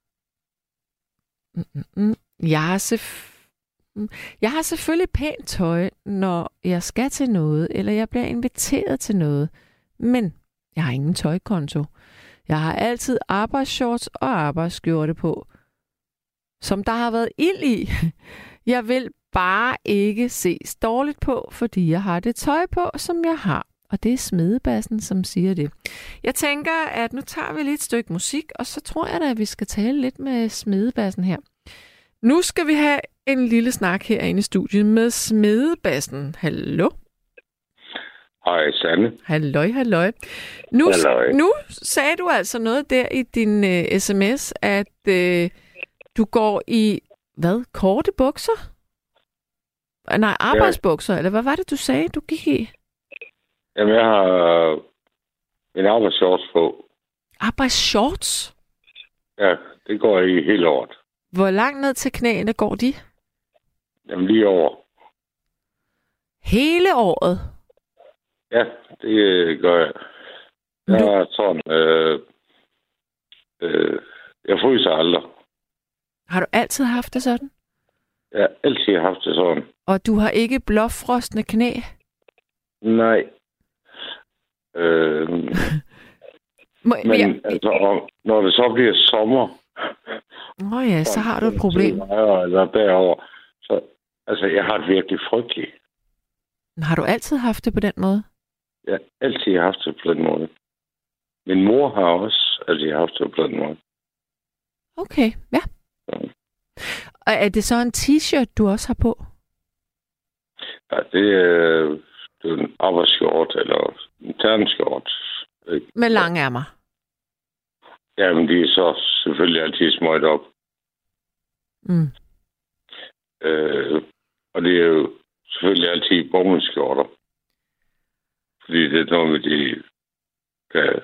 Speaker 3: mm, mm, mm, jeg, har selvf- jeg har selvfølgelig pænt tøj, når jeg skal til noget, eller jeg bliver inviteret til noget. Men jeg har ingen tøjkonto. Jeg har altid arbejdsshorts og arbejdsskjorte på, som der har været ild i. Jeg vil bare ikke ses dårligt på, fordi jeg har det tøj på, som jeg har. Og det er Smedebassen, som siger det. Jeg tænker, at nu tager vi lige et stykke musik, og så tror jeg da, at vi skal tale lidt med Smedebassen her. Nu skal vi have en lille snak herinde i studiet med Smedebassen. Hallo?
Speaker 4: Hej, Sanne.
Speaker 3: Halløj, halløj. Nu,
Speaker 4: Halløj.
Speaker 3: nu sagde du altså noget der i din uh, sms, at uh, du går i, hvad, korte bukser? Nej, arbejdsbukser, ja. Eller hvad var det, du sagde, du gik i?
Speaker 4: Jamen, jeg har en arbejdsshorts på.
Speaker 3: Arbejdsshorts?
Speaker 4: Ja, det går i hele året.
Speaker 3: Hvor langt ned til knæene går de?
Speaker 4: Jamen, lige over.
Speaker 3: Hele året?
Speaker 4: Ja, det gør jeg. Jeg er sådan, øh, øh, jeg fryser aldrig.
Speaker 3: Har du altid haft det sådan?
Speaker 4: Jeg har altid haft det sådan.
Speaker 3: Og du har ikke blåfrostende knæ?
Speaker 4: Nej. Øh,
Speaker 3: Må,
Speaker 4: men
Speaker 3: jeg,
Speaker 4: altså, når det så bliver sommer...
Speaker 3: Åh oh ja, så har du et problem.
Speaker 4: Eller derovre, så, altså, jeg har det virkelig frygteligt.
Speaker 3: Har du altid haft det på den måde?
Speaker 4: Jeg har altid haft det på den måde. Min mor har også altid haft det på den måde.
Speaker 3: Okay, ja.
Speaker 4: Ja.
Speaker 3: Og er det så en t-shirt, du også har på?
Speaker 4: Ja, det er, det er en arbejdsskjort eller en ternskjort.
Speaker 3: Med lange ærmer?
Speaker 4: Jamen, de er så selvfølgelig altid smøjt op.
Speaker 3: Mm.
Speaker 4: Øh, og det er jo selvfølgelig altid bomuldskjorter. Fordi det er noget med de... Kan...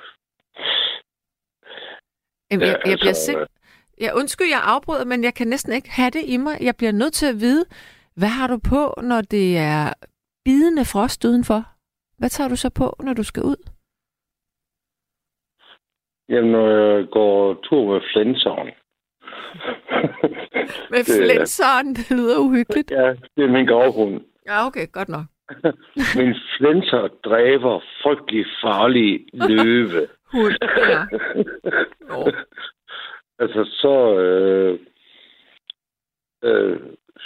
Speaker 3: Jamen, jeg,
Speaker 4: Ja,
Speaker 3: jeg bliver
Speaker 4: altså,
Speaker 3: sind... Jeg undskyld, jeg afbryder, men jeg kan næsten ikke have det i mig. Jeg bliver nødt til at vide, hvad har du på, når det er bidende frost udenfor? Hvad tager du så på, når du skal ud?
Speaker 4: Jamen, når jeg går tur med flenseren.
Speaker 3: Med flenseren, det lyder uhyggeligt.
Speaker 4: Ja, det er min gravhund.
Speaker 3: Ja, okay, godt nok.
Speaker 4: Min flenser dræber frygtelig farlig løve.
Speaker 3: Hund, ja. Oh.
Speaker 4: Altså, så... Øh, øh,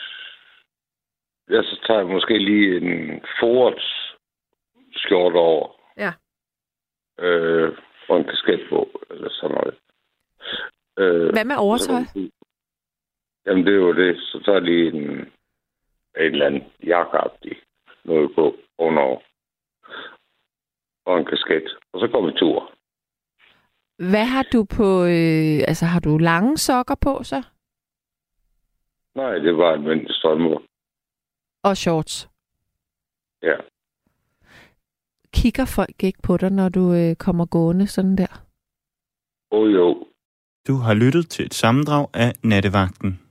Speaker 4: ja, så tager jeg måske lige en foret skjort over.
Speaker 3: Ja.
Speaker 4: Øh, og en kasket på, eller sådan noget. Øh,
Speaker 3: Hvad med overtøj?
Speaker 7: Jamen, det er jo det. Så tager de en, en eller anden jakkeagtig noget på ovenover. Og en kasket. Og så går vi tur.
Speaker 3: Hvad har du på... Øh, altså, har du lange sokker på, så?
Speaker 7: Nej, det var almindeligt strømmer.
Speaker 3: Og shorts?
Speaker 7: Ja.
Speaker 3: Kigger folk ikke på dig, når du øh, kommer gående sådan der?
Speaker 7: Åh oh, jo.
Speaker 8: Du har lyttet til et sammendrag af Nattevagten.